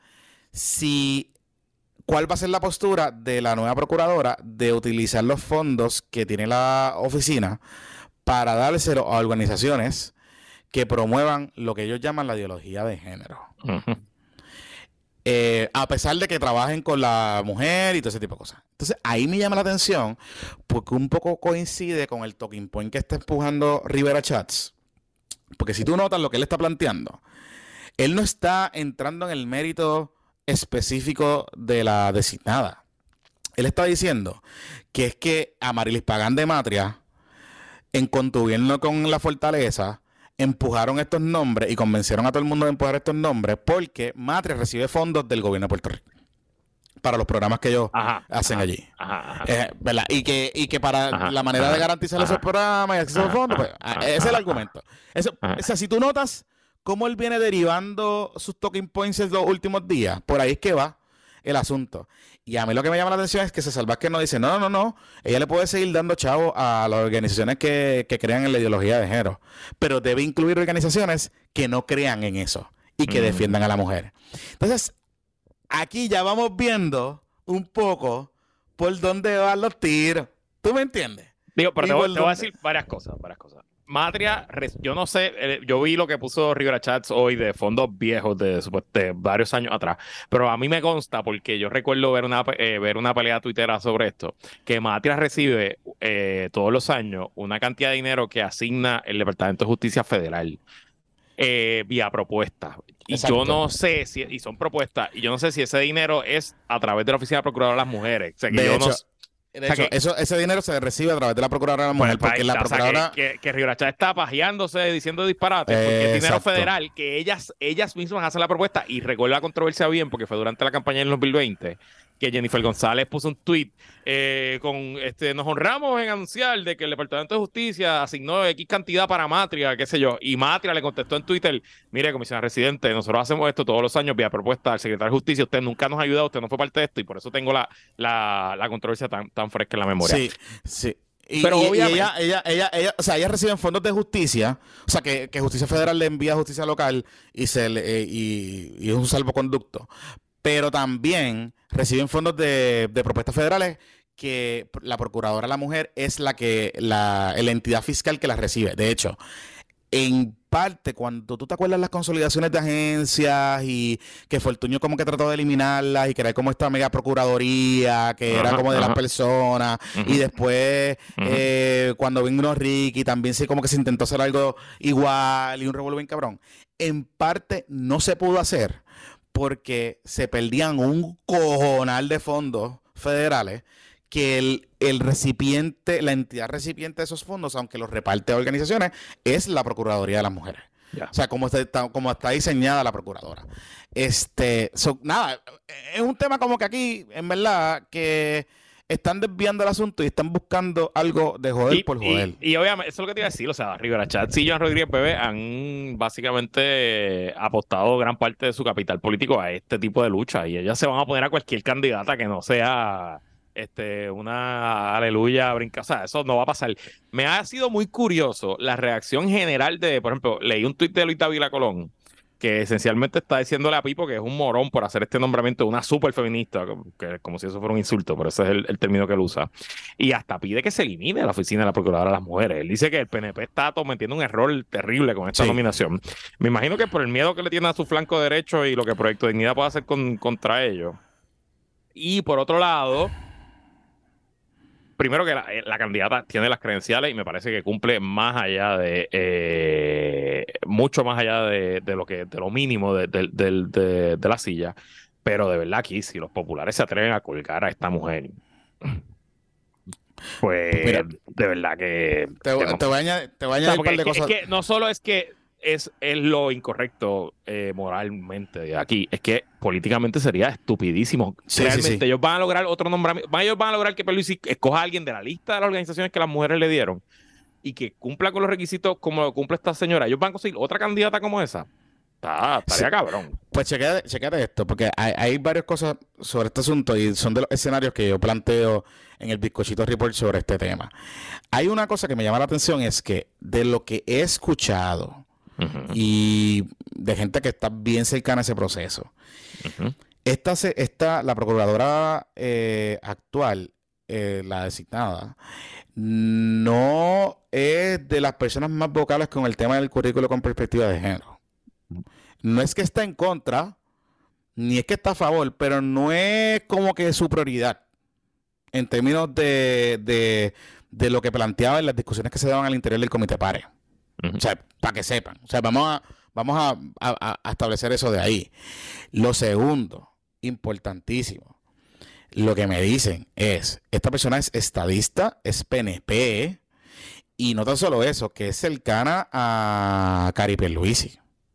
si cuál va a ser la postura de la nueva procuradora de utilizar los fondos que tiene la oficina para dárselo a organizaciones que promuevan lo que ellos llaman la ideología de género. Uh-huh. Eh, a pesar de que trabajen con la mujer y todo ese tipo de cosas. Entonces, ahí me llama la atención porque un poco coincide con el talking point que está empujando Rivera Chats. Porque si tú notas lo que él está planteando, él no está entrando en el mérito específico de la designada. Él está diciendo que es que a Marilis Pagán de Matria, en contubernio con la Fortaleza, empujaron estos nombres y convencieron a todo el mundo de empujar estos nombres porque Matria recibe fondos del gobierno de Puerto Rico para los programas que ellos ajá, hacen ajá, allí. Ajá, ajá. Eh, ¿verdad? Y que, y que para ajá, la manera ajá, de garantizar ajá, esos programas y acceso a los fondos, pues, ajá, ese es el argumento. Eso, o sea, si tú notas cómo él viene derivando sus talking points en los últimos días, por ahí es que va el asunto. Y a mí lo que me llama la atención es que César Vázquez nos dice, no, no, no, no, ella le puede seguir dando chavo a las organizaciones que, que crean en la ideología de género, pero debe incluir organizaciones que no crean en eso y que mm. defiendan a la mujer. Entonces, aquí ya vamos viendo un poco por dónde van los tiros. ¿Tú me entiendes? Digo, pero te voy, te voy a decir varias cosas, varias cosas. Matria, yo no sé, eh, yo vi lo que puso Rivera Chats hoy de fondos viejos de, de varios años atrás, pero a mí me consta, porque yo recuerdo ver una, eh, ver una pelea tuitera sobre esto, que Matria recibe eh, todos los años una cantidad de dinero que asigna el Departamento de Justicia Federal eh, vía propuesta. Y Exacto. yo no sé si, y son propuestas, y yo no sé si ese dinero es a través de la Oficina de Procuradora de las Mujeres. O sea, que de yo hecho, no De hecho, o sea que, eso, ese dinero se recibe a través de la Procuradora de la Mujer, pues, porque la Procuradora... O sea, que, que, que Rivera Chats está pajeándose diciendo disparates, porque eh, es dinero exacto. federal, que ellas, ellas mismas hacen la propuesta, y recuerdo la controversia bien, porque fue durante la campaña en dos mil veinte, que Jennifer González puso un tweet eh, con, este, nos honramos en anunciar de que el Departamento de Justicia asignó X cantidad para Matria, qué sé yo, y Matria le contestó en Twitter, mire, comisionada residente, nosotros hacemos esto todos los años vía propuesta al secretario de Justicia, usted nunca nos ha ayudado, usted no fue parte de esto, y por eso tengo la, la, la controversia tan, tan fresca en la memoria. Sí, sí. Y, Pero y- y obviamente, ella, ella, ella, ella, o sea, ellas reciben fondos de justicia, o sea, que, que Justicia Federal le envía a Justicia Local y se le, eh, y, y es un salvoconducto. Pero también reciben fondos de, de propuestas federales que la Procuradora de la Mujer es la que, la, la entidad fiscal que las recibe. De hecho, en parte, cuando tú te acuerdas las consolidaciones de agencias y que Fortuño como que trató de eliminarlas y que era como esta mega procuraduría, que era ajá, como de las ajá, personas, y ujú, después ujú. eh, cuando vino Ricky también sí como que se intentó hacer algo igual y un revuelo bien cabrón. En parte no se pudo hacer porque se perdían un cojonal de fondos federales que el, el recipiente, la entidad recipiente de esos fondos, aunque los reparte a organizaciones, es la Procuraduría de las Mujeres. Ya. O sea, como está, como está diseñada la procuradora. Este, so, nada, es un tema como que aquí, en verdad, que están desviando el asunto y están buscando algo de joder Y, por y, joder. y obviamente, eso es lo que te iba a decir, o sea, Rivera Chats y Joan Rodríguez Bebé han básicamente eh, apostado gran parte de su capital político a este tipo de lucha y ellas se van a poner a cualquier candidata que no sea este, una aleluya brinca, o sea, eso no va a pasar. Me ha sido muy curioso la reacción general de, por ejemplo, leí un tuit de Luis Dávila Colón que esencialmente está diciéndole a Pipo que es un morón por hacer este nombramiento de una super feminista, que, como si eso fuera un insulto, pero ese es el, el término que él usa y hasta pide que se elimine la oficina de la Procuradora de las Mujeres. Él dice que el P N P está cometiendo un error terrible con esta Sí. nominación. Me imagino que por el miedo que le tiene a su flanco derecho y lo que Proyecto Dignidad puede hacer con, contra ellos. Y por otro lado, primero que la, eh, la candidata tiene las credenciales y me parece que cumple más allá de, eh, mucho más allá de, de lo que, de lo mínimo de, de, de, de, de la silla. Pero de verdad aquí, si los populares se atreven a colgar a esta mujer, Pues pues mira, de verdad que, te, que no. te voy a añadir, te voy a O sea, añadir un porque par es de que, es cosas. que no solo es que es, es lo incorrecto eh, moralmente de aquí, es que políticamente sería estupidísimo. Sí, sí, Realmente sí. ellos van a lograr otro nombramiento, ellos van a lograr que Pierluisi escoja a alguien de la lista de las organizaciones que las mujeres le dieron y que cumpla con los requisitos como lo cumple esta señora. Ellos van a conseguir otra candidata como esa. Está, Sí. estaría cabrón. Pues chequéate, chequéate esto, porque hay, hay varias cosas sobre este asunto y son de los escenarios que yo planteo en el Bizcochito Report sobre este tema. Hay una cosa que me llama la atención, es que de lo que he escuchado Ujú, y de gente que está bien cercana a ese proceso, ujú. esta, se- esta la procuradora eh, actual, eh, la designada, no es de las personas más vocales con el tema del currículo con perspectiva de género. No es que está en contra, ni es que está a favor, pero no es como que su prioridad en términos de, de, de lo que planteaba en las discusiones que se daban al interior del Comité PARE. Ujú. O sea, para que sepan. O sea, vamos a, vamos a, a- a establecer eso de ahí. Lo segundo, importantísimo, lo que me dicen es, esta persona es estadista, es P N P, y no tan solo eso, que es cercana a Cari Pierluisi.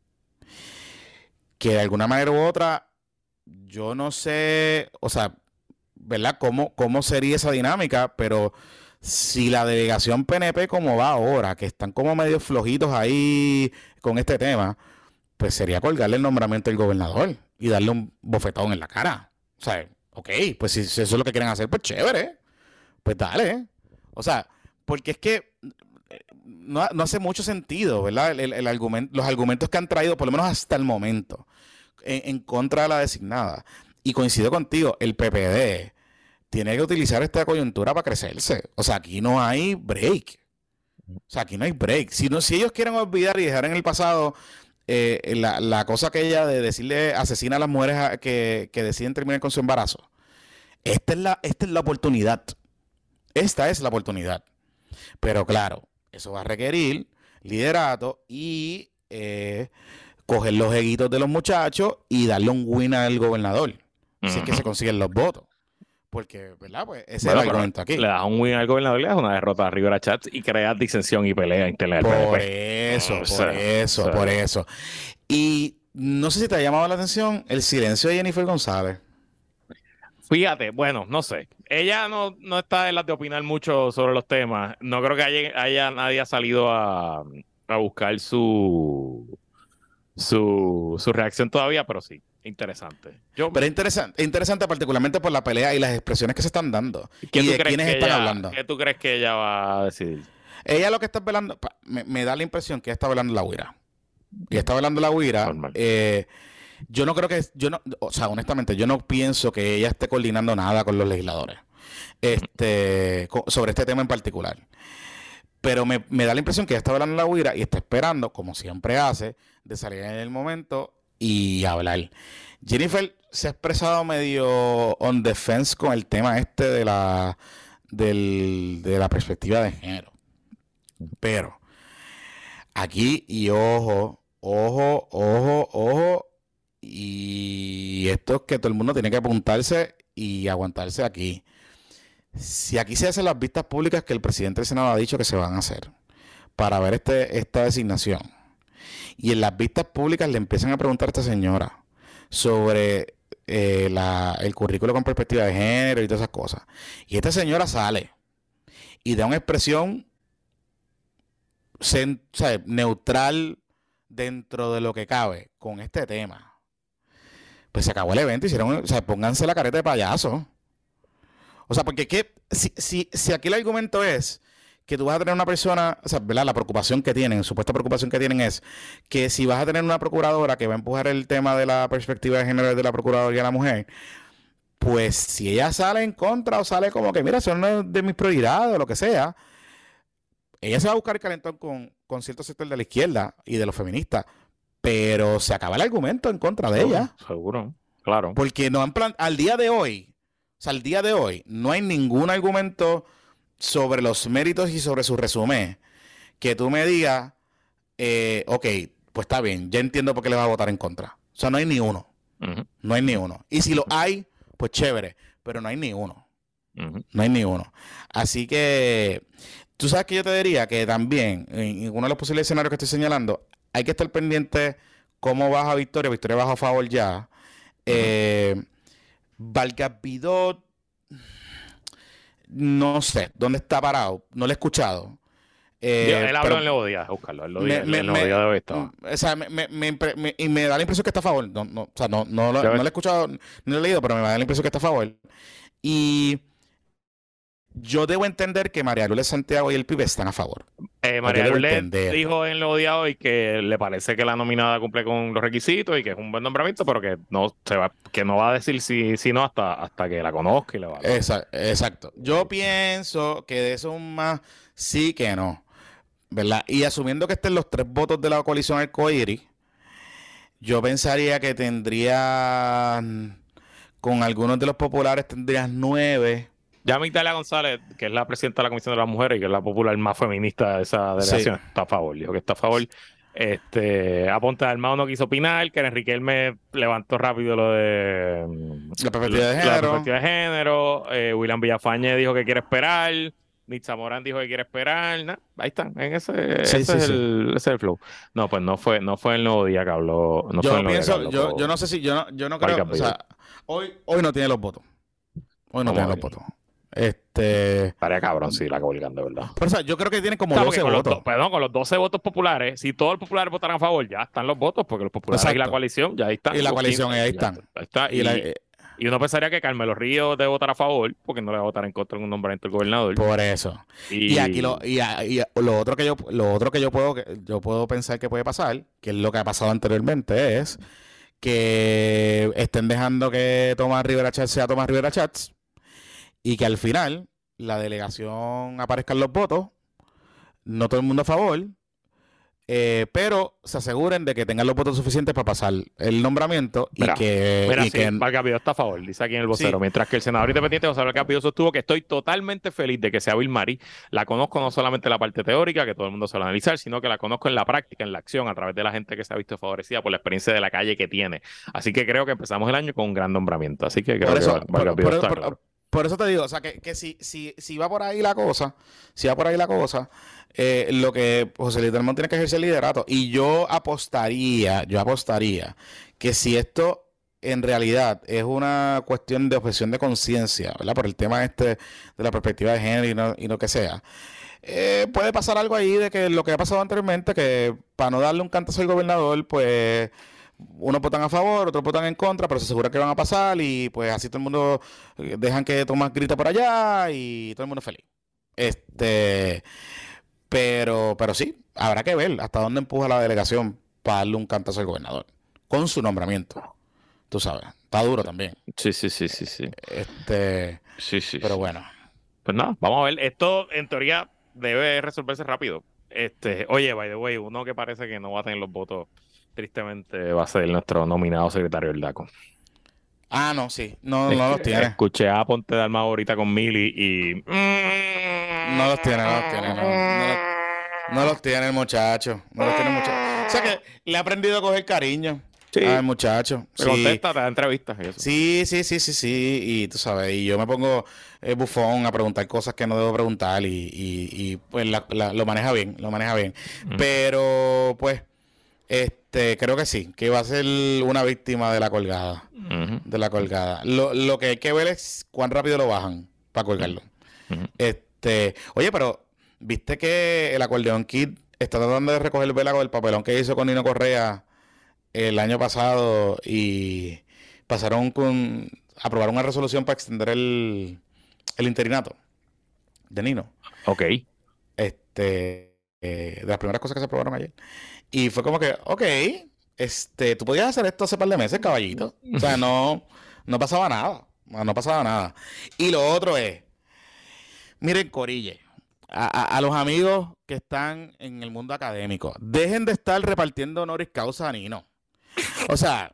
Que de alguna manera u otra, yo no sé, o sea, ¿verdad? ¿Cómo, cómo sería esa dinámica? Pero si la delegación P N P como va ahora, que están como medio flojitos ahí con este tema, pues sería colgarle el nombramiento del gobernador y darle un bofetón en la cara. O sea, ok, pues si, si eso es lo que quieren hacer, pues chévere, pues dale. O sea, porque es que eh, no, no hace mucho sentido, ¿verdad? El, el, el argumento, los argumentos que han traído, por lo menos hasta el momento, en, en contra de la designada. Y coincido contigo, el P P D tiene que utilizar esta coyuntura para crecerse. O sea, aquí no hay break. O sea, aquí no hay break. Si, no, si ellos quieren olvidar y dejar en el pasado eh, la, la cosa aquella de decirle asesina a las mujeres a- que, que deciden terminar con su embarazo, esta es la, esta es la oportunidad. Esta es la oportunidad. Pero claro, eso va a requerir liderato y eh, coger los eguitos de los muchachos y darle un win al gobernador. Si es que se Ujú. consiguen los votos. Porque, ¿verdad? Pues ese es el Bueno, pero argumento le aquí. das un win al gobernador, le das una derrota a Rivera Chats y creas disensión y pelea interna del Por P N P. eso, O por sea, o eso, por sea, eso. Y no sé si te ha llamado la atención el silencio de Jennifer González. fíjate, bueno, no sé. Ella no, no está en las de opinar mucho sobre los temas. No creo que haya, haya nadie salido a, a buscar su, su, su reacción todavía, pero sí. Interesante. Yo, Pero es interesante, interesante particularmente por la pelea y las expresiones que se están dando. ¿qué Y tú de crees quiénes que están ella, hablando. ¿Qué tú crees que ella va a decidir? Ella lo que está velando, pa- me, me da la impresión que ella está velando la huira. Y está velando la huira. Normal. Eh, yo no creo que, yo no, o sea, honestamente, yo no pienso que ella esté coordinando nada con los legisladores este, co- sobre este tema en particular. Pero me, me da la impresión que ella está velando la huira y está esperando, como siempre hace, de salir en el momento y hablar. Jennifer se ha expresado medio on defense con el tema este de la, del, de la perspectiva de género. Pero aquí, y ojo, ojo, ojo, ojo, y esto es que todo el mundo tiene que apuntarse y aguantarse aquí. Si aquí se hacen las vistas públicas que el presidente del Senado ha dicho que se van a hacer para ver este, esta designación, y en las vistas públicas le empiezan a preguntar a esta señora sobre eh, la, el currículo con perspectiva de género y todas esas cosas, y esta señora sale y da una expresión cen- o sea, neutral dentro de lo que cabe con este tema, pues se acabó el evento. Hicieron, o sea, pónganse la careta de payaso. O sea, porque ¿qué? Si, si, si aquí el argumento es que tú vas a tener una persona, o sea, ¿verdad? La preocupación que tienen, supuesta preocupación que tienen es que si vas a tener una procuradora que va a empujar el tema de la perspectiva de género de la Procuraduría de la Mujer, pues si ella sale en contra o sale como que, mira, eso no es de mis prioridades o lo que sea, ella se va a buscar el calentón con, con cierto sector de la izquierda y de los feministas, pero se acaba el argumento en contra de Seguro, ella. seguro, claro. Porque no han plan- al día de hoy, o sea, al día de hoy, no hay ningún argumento sobre los méritos y sobre su resumen que tú me digas, eh, ok, pues está bien, ya entiendo por qué le vas a votar en contra. O sea, no hay ni uno. Ujú, No hay ni uno. Y si lo hay, pues chévere, pero no hay ni uno. ujú. No hay ni uno. Así que, tú sabes que yo te diría que también, en uno de los posibles escenarios que estoy señalando, hay que estar pendiente cómo baja Victoria. Victoria baja a favor ya. Eh, Vargas Vidot, no sé dónde está parado, no lo he escuchado. Eh, Digo, él habló pero en Nuevo Día, buscarlo. El Nuevo me, Día, me, el Nuevo me- Día de hoy estaba. o sea, me, me, me impre- me- y me da la impresión que está a favor. No, no, o sea, no, no, lo, Debe- no lo he escuchado, no lo he leído, pero me da la impresión que está a favor. Y yo debo entender que María Lourdes Santiago y el P I B están a favor. Eh, Yo María debo Lourdes entender. dijo en el Nuevo Día hoy que le parece que la nominada cumple con los requisitos y que es un buen nombramiento, pero que no se va, que no va a decir si, si no hasta, hasta que la conozca y la valore. Esa- exacto. Yo pienso que de eso un más sí que no. ¿Verdad? Y asumiendo que estén los tres votos de la coalición arcoíris, yo pensaría que tendrían, con algunos de los populares, tendrías nueve. Ya Migdalia González, que es la presidenta de la Comisión de las Mujeres y que es la popular más feminista de esa delegación, Sí. está a favor, dijo que está a favor. Este, Aponte Armado no quiso opinar, que Enrique me levantó rápido lo de mm, La perspectiva de la género. perspectiva de género. eh, William Villafañe dijo que quiere esperar. Nitza Morán dijo que quiere esperar. Nah, ahí está, en ese, Sí, ese sí, es sí. el, ese es el flow. No, pues no fue, no fue el Nuevo Día que habló. No fue Yo el Nuevo Día que pienso, habló yo, con yo no sé si, yo no, yo no creo, Vargas o sea, hoy, hoy no tiene los votos. Hoy no Vamos tiene a los ver. votos. Este, Estaría cabrón si la colgan, de verdad. pero o sea, yo creo que tiene como O sea, porque doce con los, votos. do- perdón, con los doce votos populares, si todos los populares votaran a favor, ya están los votos, porque los populares y la Exacto. coalición, ya ahí están. Y la Los coalición, quince, ahí ya están. está, ahí está. Y Y, la- eh, y uno pensaría que Carmelo Ríos debe votar a favor, porque no le va a votar en contra en un nombramiento del gobernador. por eso. Y, aquí lo, y, a- y a- lo otro que yo, lo otro que yo puedo, que yo puedo pensar que puede pasar, que es lo que ha pasado anteriormente, es que estén dejando que Tomás Rivera Chats sea Tomás Rivera Chats y que al final la delegación aparezcan los votos, no todo el mundo a favor, eh, pero se aseguren de que tengan los votos suficientes para pasar el nombramiento y Mira, que, Mira, y sí, que Vargas Vidot está a favor, dice aquí en el vocero. Sí. Mientras que el senador independiente José Vargas Vidot sostuvo que estoy totalmente feliz de que sea Vilmari. La conozco no solamente en la parte teórica, que todo el mundo suele analizar, sino que la conozco en la práctica, en la acción, a través de la gente que se ha visto favorecida por la experiencia de la calle que tiene. Así que creo que empezamos el año con un gran nombramiento. Así que creo Por que eso, Var- por, Vargas Vidot por- está por- claro. por eso te digo, o sea, que, que si, si, si va por ahí la cosa, si va por ahí la cosa, eh, lo que José Luis Dalmau tiene que ejercer el liderato. Y yo apostaría, yo apostaría que si esto en realidad es una cuestión de objeción de conciencia, ¿verdad? Por el tema este de la perspectiva de género y, no, y lo que sea. Eh, puede pasar algo ahí de que lo que ha pasado anteriormente, que para no darle un cantazo al gobernador, pues unos votan a favor, otros votan en contra, pero se asegura que van a pasar y pues así todo el mundo eh, dejan que Tomás grita por allá y todo el mundo feliz. Este, pero, pero sí, habrá que ver hasta dónde empuja la delegación para darle un cantazo al gobernador con su nombramiento. Tú sabes, está duro también. Sí, sí, sí, sí, sí. Este, Sí, sí. pero sí. bueno. Pues nada, vamos a ver. Esto en teoría debe resolverse rápido. Este, oye, by the way, uno que parece que no va a tener los votos, tristemente va a ser nuestro nominado secretario del DACO. Ah, no, sí, no, no los tiene. Escuché a Ponte de Alma ahorita con Mili y... No los tiene, no los tiene, no, no, los, no los tiene el muchacho, no los tiene el muchacho. O sea que le ha aprendido a coger cariño Sí. al muchacho. Me Sí. contesta, te da entrevistas y eso. Sí, sí, sí, sí, sí, y tú sabes, y yo me pongo eh, bufón a preguntar cosas que no debo preguntar y, y, y pues la, la, lo maneja bien, lo maneja bien. Mm. Pero pues, este, creo que sí, que va a ser una víctima de la colgada, Ujú. de la colgada. Lo, lo que hay que ver es cuán rápido lo bajan para colgarlo. Ujú. Este, oye, pero viste que el acordeón Kid está tratando de recoger vela con el papelón que hizo con Nino Correa el año pasado y pasaron con aprobar una resolución para extender el, el interinato de Nino. Ok. Este, eh, de las primeras cosas que se aprobaron ayer. Y fue como que, ok, este, tú podías hacer esto hace par de meses, caballito. O sea, no, no pasaba nada. No, no pasaba nada. Y lo otro es, miren, Corille, a, a, a los amigos que están en el mundo académico, dejen de estar repartiendo honoris causa a Nino. O sea,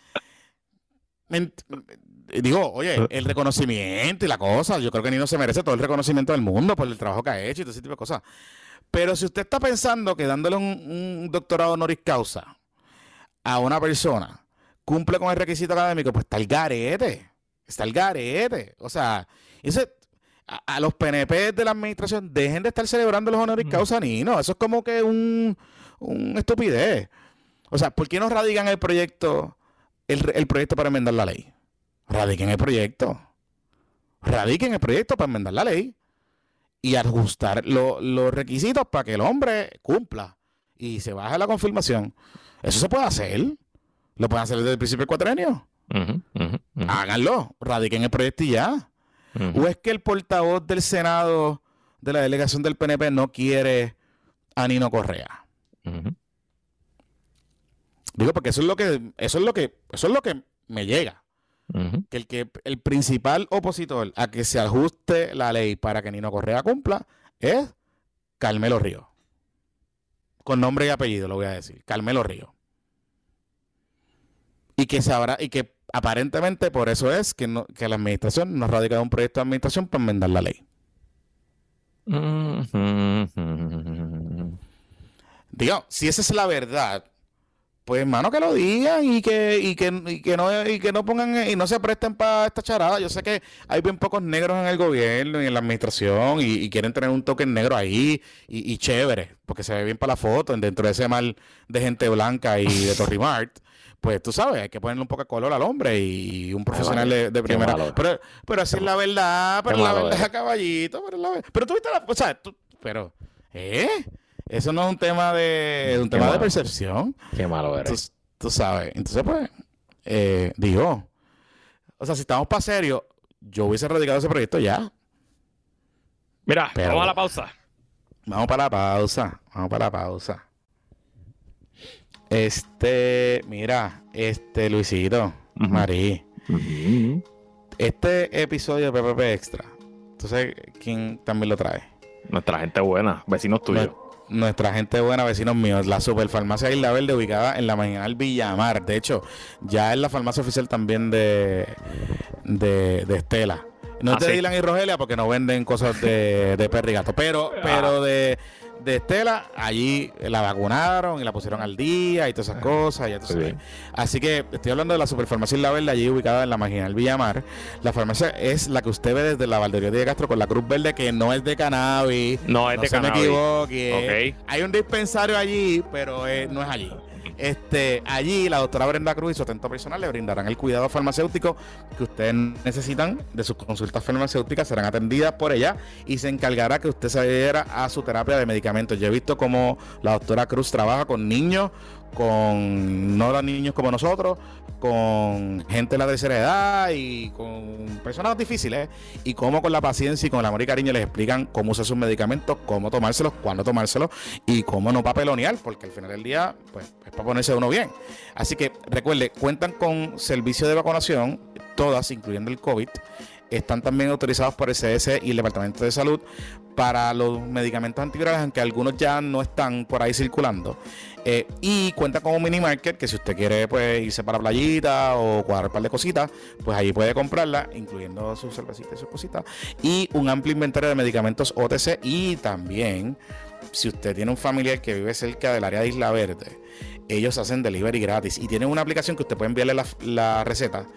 me, digo, oye, el reconocimiento y la cosa, yo creo que Nino se merece todo el reconocimiento del mundo por el trabajo que ha hecho y todo ese tipo de cosas. Pero si usted está pensando que dándole un, un doctorado honoris causa a una persona cumple con el requisito académico, pues está el garete. Está el garete. O sea, ese, a, a los P N P de la administración, dejen de estar celebrando los honoris causa a Nino. Eso es como que un, un estupidez. O sea, ¿por qué no radican el proyecto, el, el proyecto para enmendar la ley? Radiquen el proyecto. Radiquen el proyecto para enmendar la ley y ajustar lo, los requisitos para que el hombre cumpla y se baje la confirmación. Eso se puede hacer. Lo pueden hacer desde el principio del cuatrenio. Uh-huh, uh-huh, uh-huh. Háganlo. Radiquen el proyecto y ya. Uh-huh. ¿O es que el portavoz del Senado de la delegación del P N P no quiere a Nino Correa? Uh-huh. Digo, porque eso es lo que, eso es lo que, eso es lo que me llega. Uh-huh. Que el que el principal opositor a que se ajuste la ley para que Nino Correa cumpla es Carmelo Ríos. Con nombre y apellido lo voy a decir. Carmelo Ríos. Y que sabrá, y que aparentemente por eso es que, no, que la administración no radica un proyecto de administración para enmendar la ley. Uh-huh. Digo, si esa es la verdad, pues hermano que lo digan y que, y que, y que no, y que no pongan y no se presten para esta charada. Yo sé que hay bien pocos negros en el gobierno y en la administración y, y quieren tener un toque negro ahí y, y chévere, porque se ve bien para la foto dentro de ese mal de gente blanca y de Torrimart. Pues tú sabes, hay que ponerle un poco de color al hombre y un profesional de, de primera. Pero, pero así es la verdad, pero la verdad es caballito. Pero, la, pero tú viste la. O sea, tú, pero, ¿eh? Eso no es un tema de. Es un tema de percepción. Qué malo eres. Tú, tú sabes. Entonces, pues, eh, digo. O sea, si estamos para serio, yo hubiese radicado ese proyecto ya. Mira, pero, vamos a la pausa. Vamos para la pausa. Vamos para la pausa. Este, mira, este Luisito, uh-huh. Marí, uh-huh. Este episodio de P P P Extra, ¿tú sabes quién también lo trae? Nuestra gente buena, vecinos tuyos. Nuestra, nuestra gente buena, vecinos míos, la Superfarmacia Isla Verde, ubicada en la Marginal Villamar. De hecho, ya es la farmacia oficial también de, de, de Estela. No es ah, de sí. Dylan y Rogelia porque no venden cosas de, de perro y gato, pero, pero de... de Estela, allí la vacunaron y la pusieron al día y todas esas cosas. Ya tú sabes. Así que estoy hablando de la Superfarmacia Isla Verde, allí ubicada en la Marginal Villamar. La farmacia es la que usted ve desde la Valdería de Castro con la Cruz Verde, que no es de cannabis. No es no de se cannabis. me equivoque. Okay. Hay un dispensario allí, pero eh, no es allí. Este, allí la doctora Brenda Cruz y su atento personal le brindarán el cuidado farmacéutico que ustedes necesitan de sus consultas farmacéuticas, serán atendidas por ella y se encargará que usted se adhiera a su terapia de medicamentos. Yo he visto cómo la doctora Cruz trabaja con niños con no los niños como nosotros, con gente de la tercera edad y con personas difíciles, y cómo con la paciencia y con el amor y cariño les explican cómo usar sus medicamentos, cómo tomárselos, cuándo tomárselos y cómo no papelonear, porque al final del día pues es para ponerse uno bien. Así que recuerde, cuentan con servicio de vacunación, todas, incluyendo el COVID. Están también autorizados por el C D C y el Departamento de Salud para los medicamentos antivirales, aunque algunos ya no están por ahí circulando. Eh, y cuenta con un mini market que si usted quiere pues irse para la playita o cuadrar un par de cositas, pues ahí puede comprarla, incluyendo sus cervecitas y sus cositas. Y un amplio inventario de medicamentos O T C. Y también, si usted tiene un familiar que vive cerca del área de Isla Verde, ellos hacen delivery gratis y tienen una aplicación que usted puede enviarle la, la receta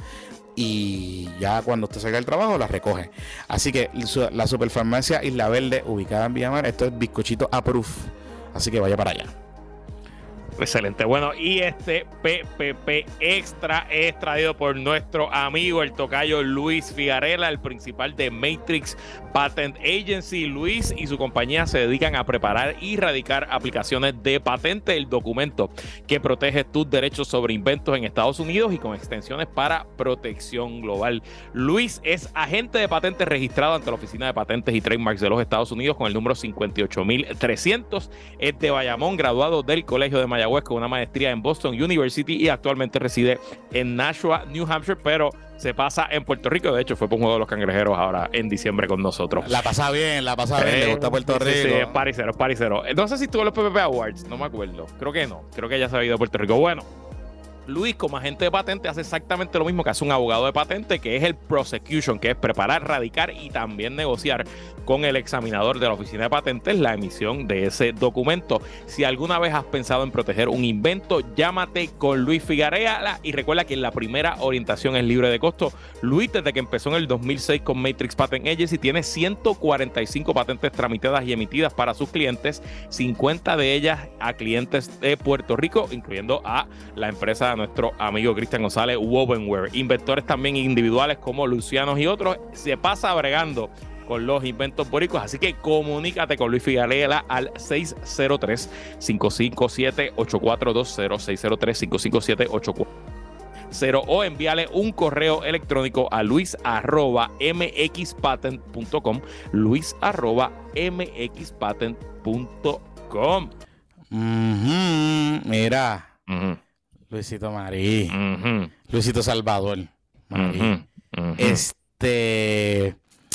y ya cuando usted salga del trabajo la recoge. Así que la Superfarmacia Isla Verde, ubicada en Villamar, esto es bizcochito approved, así que vaya para allá. Excelente. Bueno, y este P P P Extra es traído por nuestro amigo el tocayo Luis Figarela, el principal de Matrix Patent Agency. Luis y su compañía se dedican a preparar y radicar aplicaciones de patente, el documento que protege tus derechos sobre inventos en Estados Unidos y con extensiones para protección global. Luis es agente de patentes registrado ante la Oficina de Patentes y Trademarks de los Estados Unidos con el número cincuenta y ocho mil trescientos. Es de Bayamón, graduado del Colegio de Mayagüez con una maestría en Boston University y actualmente reside en Nashua, New Hampshire, pero se pasa en Puerto Rico. De hecho, fue por un juego de los cangrejeros ahora en diciembre con nosotros. La pasa bien, la pasa bien, eh, le gusta Puerto Rico. Sí, sí, es paricero, es paricero. No sé si estuvo en los P P P Awards, no me acuerdo. Creo que no, creo que ya se ha ido a Puerto Rico. Bueno, Luis, como agente de patente, hace exactamente lo mismo que hace un abogado de patente, que es el prosecution, que es preparar, radicar y también negociar con el examinador de la oficina de patentes la emisión de ese documento. Si alguna vez has pensado en proteger un invento, llámate con Luis Figarela y recuerda que la primera orientación es libre de costo. Luis, desde que empezó en el dos mil seis con Matrix Patent Agency, tiene ciento cuarenta y cinco patentes tramitadas y emitidas para sus clientes, cincuenta de ellas a clientes de Puerto Rico, incluyendo a la empresa de nuestro amigo Cristian González, Wovenware. Inventores también individuales como Lucianos y otros. Se pasa bregando con los inventos boricuas, así que comunícate con Luis Figarela al seis cero tres, cinco cinco siete, ocho cuatro dos cero, seis cero tres, cinco cinco siete, ocho cuatro dos cero o envíale un correo electrónico a luis arroba mxpatent punto com, luis arroba mxpatent punto com. Uh-huh. Mira, uh-huh. Luisito Marí, uh-huh. Luisito Salvador Marí. Uh-huh. Uh-huh. Este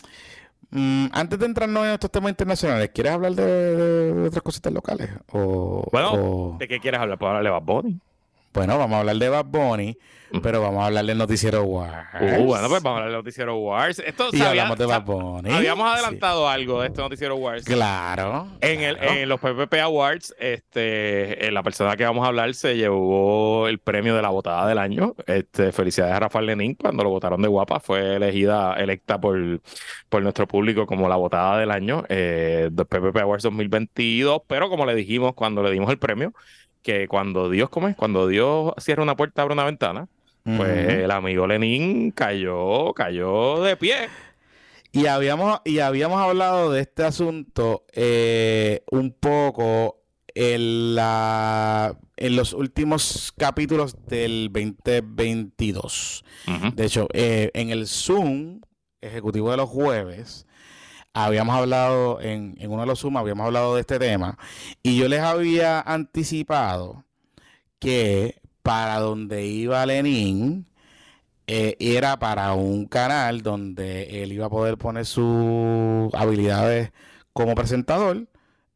mm, antes de entrarnos en estos temas internacionales, ¿quieres hablar de, de, de otras cositas locales? O, bueno, o... ¿de qué quieres hablar? ¿Puedo hablar de Bad Bunny? Bueno, vamos a hablar de Bad Bunny, pero vamos a hablar del Noticiero Wars. Uh, bueno, pues vamos a hablar del Noticiero Wars. Esto, y sabía, hablamos de Bad Bunny. Habíamos adelantado sí. algo de este Noticiero Wars. Claro. En, claro. El, en los P P P Awards, este, la persona que vamos a hablar se llevó el premio de la votada del año. Este, felicidades a Rafael Lenín, cuando lo votaron de guapa. Fue elegida, electa por, por nuestro público como la votada del año de P P P Awards dos mil veintidós. Pero como le dijimos cuando le dimos el premio, que cuando Dios come, cuando Dios cierra una puerta, abre una ventana, uh-huh. pues el amigo Lenín cayó, cayó de pie. Y habíamos, y habíamos hablado de este asunto eh, un poco en, la, en los últimos capítulos del veinte veintidós. Uh-huh. De hecho, eh, en el Zoom ejecutivo de los jueves, habíamos hablado, en, en uno de los Zoom, habíamos hablado de este tema, y yo les había anticipado que para donde iba Lenín eh, era para un canal donde él iba a poder poner sus habilidades como presentador,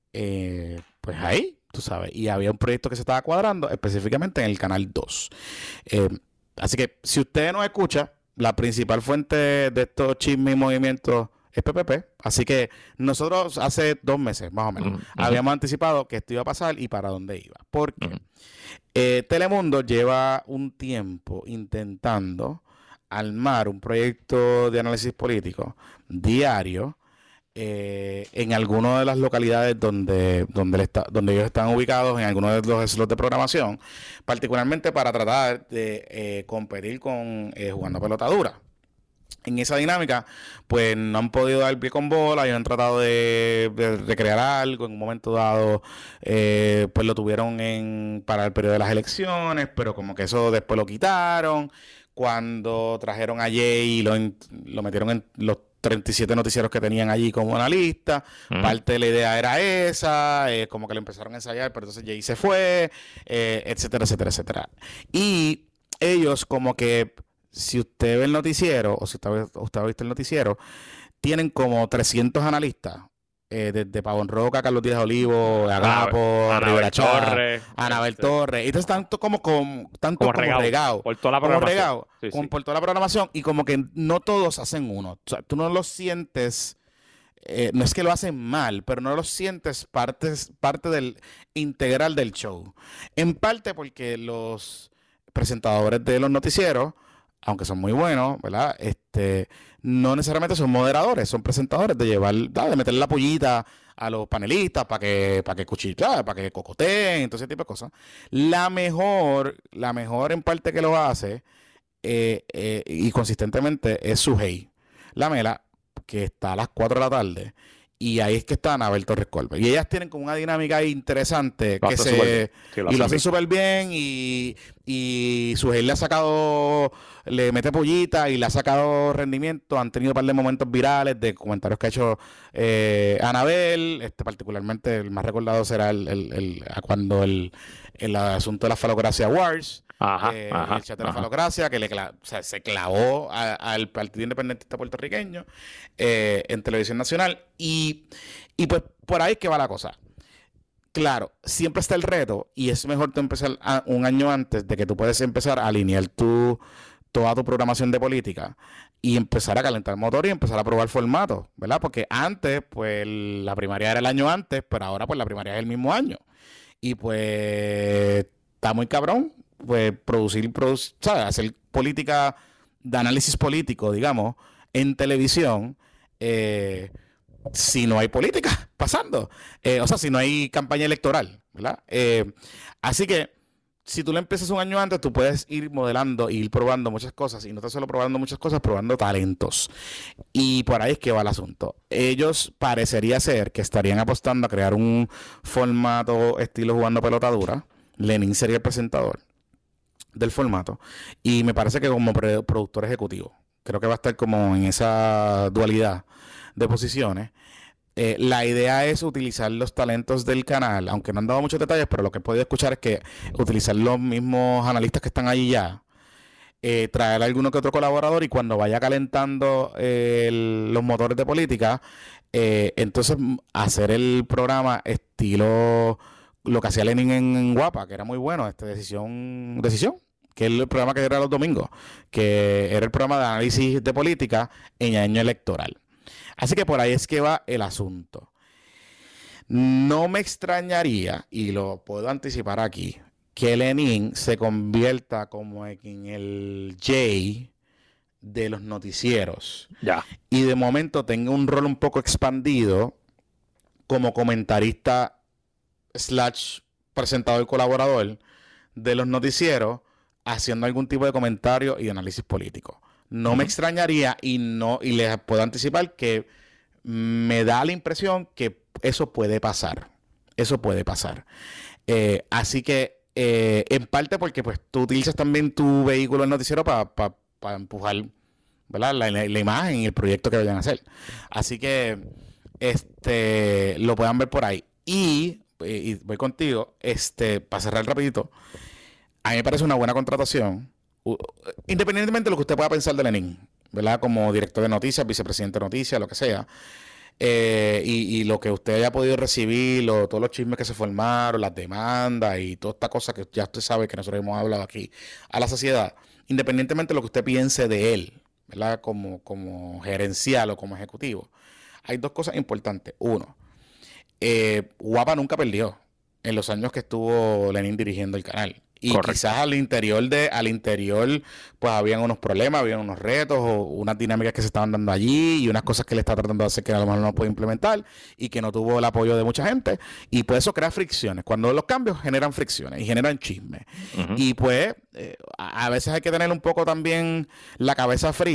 eh, pues ahí, tú sabes, y había un proyecto que se estaba cuadrando específicamente en el canal dos. Eh, así que si usted nos escucha, la principal fuente de estos chismes y movimientos es P P P, así que nosotros hace dos meses más o menos uh-huh. habíamos anticipado que esto iba a pasar y para dónde iba, porque uh-huh. eh, Telemundo lleva un tiempo intentando armar un proyecto de análisis político diario eh, en algunas de las localidades donde, donde, está, donde ellos están ubicados, en algunos de los slots de programación, particularmente para tratar de eh, competir con eh, Jugando Pelota Dura. en esa dinámica, pues no han podido dar pie con bola, y han tratado de, de recrear algo. En un momento dado, eh, pues lo tuvieron en para el periodo de las elecciones, pero como que eso después lo quitaron. Cuando trajeron a Jay y lo, en- lo metieron en los treinta y siete noticieros que tenían allí como analista, Ujú. parte de la idea era esa, eh, como que lo empezaron a ensayar, pero entonces Jay se fue, eh, etcétera, etcétera, etcétera. Y ellos como que, si usted ve el noticiero, o si usted, ha- usted ha visto el noticiero, tienen como trescientos analistas, eh, desde Pavón Roca, Carlos Díaz Olivo, Anabel, Agapo, Anabel Rivera Chá, Torres, Anabel este, Torres. Y entonces tanto como, como, tanto como como regado regado, por toda la como programación. regado, Sí, como sí. por toda la programación, y como que no todos hacen uno. O sea, tú no lo sientes, eh, no es que lo hacen mal, pero no lo sientes parte, parte del integral del show. En parte porque los presentadores de los noticieros, aunque son muy buenos, ¿verdad? Este, no necesariamente son moderadores, son presentadores de llevar, ¿verdad? De meterle la pollita a los panelistas para que, para que cuchillen, para que cocoteen, todo ese tipo de cosas. La mejor, la mejor en parte que lo hace, eh, eh, y consistentemente, es Sujei, la Mela, que está a las cuatro de la tarde. Y ahí es que está Anabel Torres Colbert. Y ellas tienen como una dinámica ahí interesante Lo que hace súper bien. se... Sí, lo Y lo hacen hacen bien. súper bien. Y, y Sujei le ha sacado, le mete pollita y le ha sacado rendimiento. Han tenido un par de momentos virales de comentarios que ha hecho eh, Anabel. Este, particularmente el más recordado será el, el- el- a cuando el, el asunto de la Falocracia Wars. Ajá, Eh, y ajá, el chat de la ajá. falocracia, que le cla- o sea, se clavó a- al Partido Independentista Puertorriqueño, eh, en televisión nacional. Y, y pues por ahí es que va la cosa. Claro, siempre está el reto, y es mejor tú empezar a- un año antes de que tú puedes empezar a alinear tu, toda tu programación de política y empezar a calentar motor y empezar a probar formatos, ¿verdad? Porque antes, pues la primaria era el año antes, pero ahora pues la primaria es el mismo año. Y pues está muy cabrón, pues producir, produc- ¿sabes? Hacer política de análisis político, digamos, en televisión, eh, si no hay política pasando. Eh, o sea, si no hay campaña electoral, ¿verdad? Eh, así que si tú lo empiezas un año antes, tú puedes ir modelando e ir probando muchas cosas. Y no estás solo probando muchas cosas, probando talentos. Y por ahí es que va el asunto. Ellos parecería ser que estarían apostando a crear un formato estilo jugando pelota dura. Lenin sería el presentador del formato. Y me parece que como pre- productor ejecutivo, creo que va a estar como en esa dualidad de posiciones. Eh, la idea es utilizar los talentos del canal, aunque no han dado muchos detalles, pero lo que he podido escuchar es que utilizar los mismos analistas que están allí ya, eh, traer alguno que otro colaborador, y cuando vaya calentando eh, el- los motores de política, eh, entonces mm, hacer el programa estilo lo que hacía Lenin en Guapa, que era muy bueno, este Decisión, Decisión, que es el programa que era los domingos, que era el programa de análisis de política en año electoral. Así que por ahí es que va el asunto. No me extrañaría, y lo puedo anticipar aquí, que Lenin se convierta como en el Jay de los noticieros Ya. y de momento tenga un rol un poco expandido como comentarista slash presentador y colaborador de los noticieros, haciendo algún tipo de comentario y análisis político. No me Ujú. extrañaría, y no y les puedo anticipar que me da la impresión que eso puede pasar. Eso puede pasar. Eh, así que, eh, en parte porque pues tú utilizas también tu vehículo el noticiero para empujar, ¿verdad? La, la- la imagen y el proyecto que vayan a hacer. Así que este lo puedan ver por ahí. Y, y voy contigo, este, para cerrar rapidito, a mí me parece una buena contratación, u- independientemente de lo que usted pueda pensar de Lenin, ¿verdad? Como director de noticias, vicepresidente de noticias, lo que sea. Eh, y, y lo que usted haya podido recibir, lo- todos los chismes que se formaron, las demandas y toda esta cosa que ya usted sabe que nosotros hemos hablado aquí a la sociedad, independientemente de lo que usted piense de él, ¿verdad? Como, como gerencial o como ejecutivo, hay dos cosas importantes. Uno, eh, Guapa nunca perdió en los años que estuvo Lenin dirigiendo el canal. Y Correcto. quizás al interior de, al interior, pues habían unos problemas, habían unos retos o unas dinámicas que se estaban dando allí y unas cosas que le está tratando de hacer que a lo mejor no puede implementar y que no tuvo el apoyo de mucha gente. Y pues eso crea fricciones. Cuando los cambios generan fricciones y generan chismes. Ujú. Y pues eh, a, a veces hay que tener un poco también la cabeza fría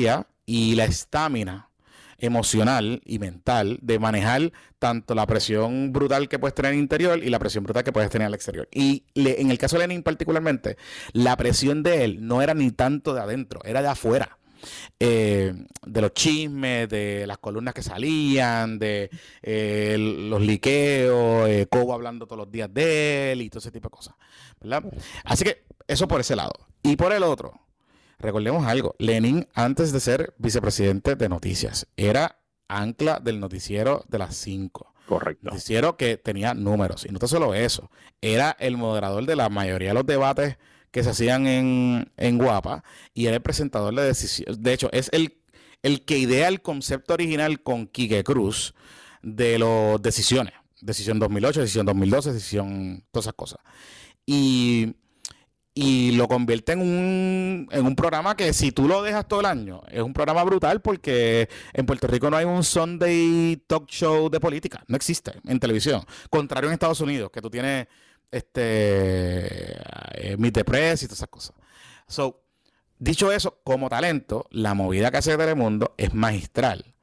y la estamina emocional y mental de manejar tanto la presión brutal que puedes tener en el interior y la presión brutal que puedes tener al exterior. Y le, en el caso de Lenin particularmente, la presión de él no era ni tanto de adentro, era de afuera. Eh, de los chismes, de las columnas que salían, de eh, los liqueos, eh, Cobo hablando todos los días de él y todo ese tipo de cosas, ¿verdad? Así que eso por ese lado. Y por el otro, recordemos algo, Lenin antes de ser vicepresidente de noticias era ancla del noticiero de las cinco. Correcto. Noticiero que tenía números. Y no solo eso, era el moderador de la mayoría de los debates que se hacían en, en Guapa y era el presentador de decisión. De hecho, es el, el que idea el concepto original con Quique Cruz de las decisiones. Decisión dos mil ocho, decisión dos mil doce, decisión, todas esas cosas. Y, y lo convierte en un, en un programa que si tú lo dejas todo el año, es un programa brutal porque en Puerto Rico no hay un Sunday talk show de política. No existe en televisión. Contrario en Estados Unidos, que tú tienes este eh, Meet the Press y todas esas cosas. So, dicho eso, como talento, la movida que hace Telemundo es magistral.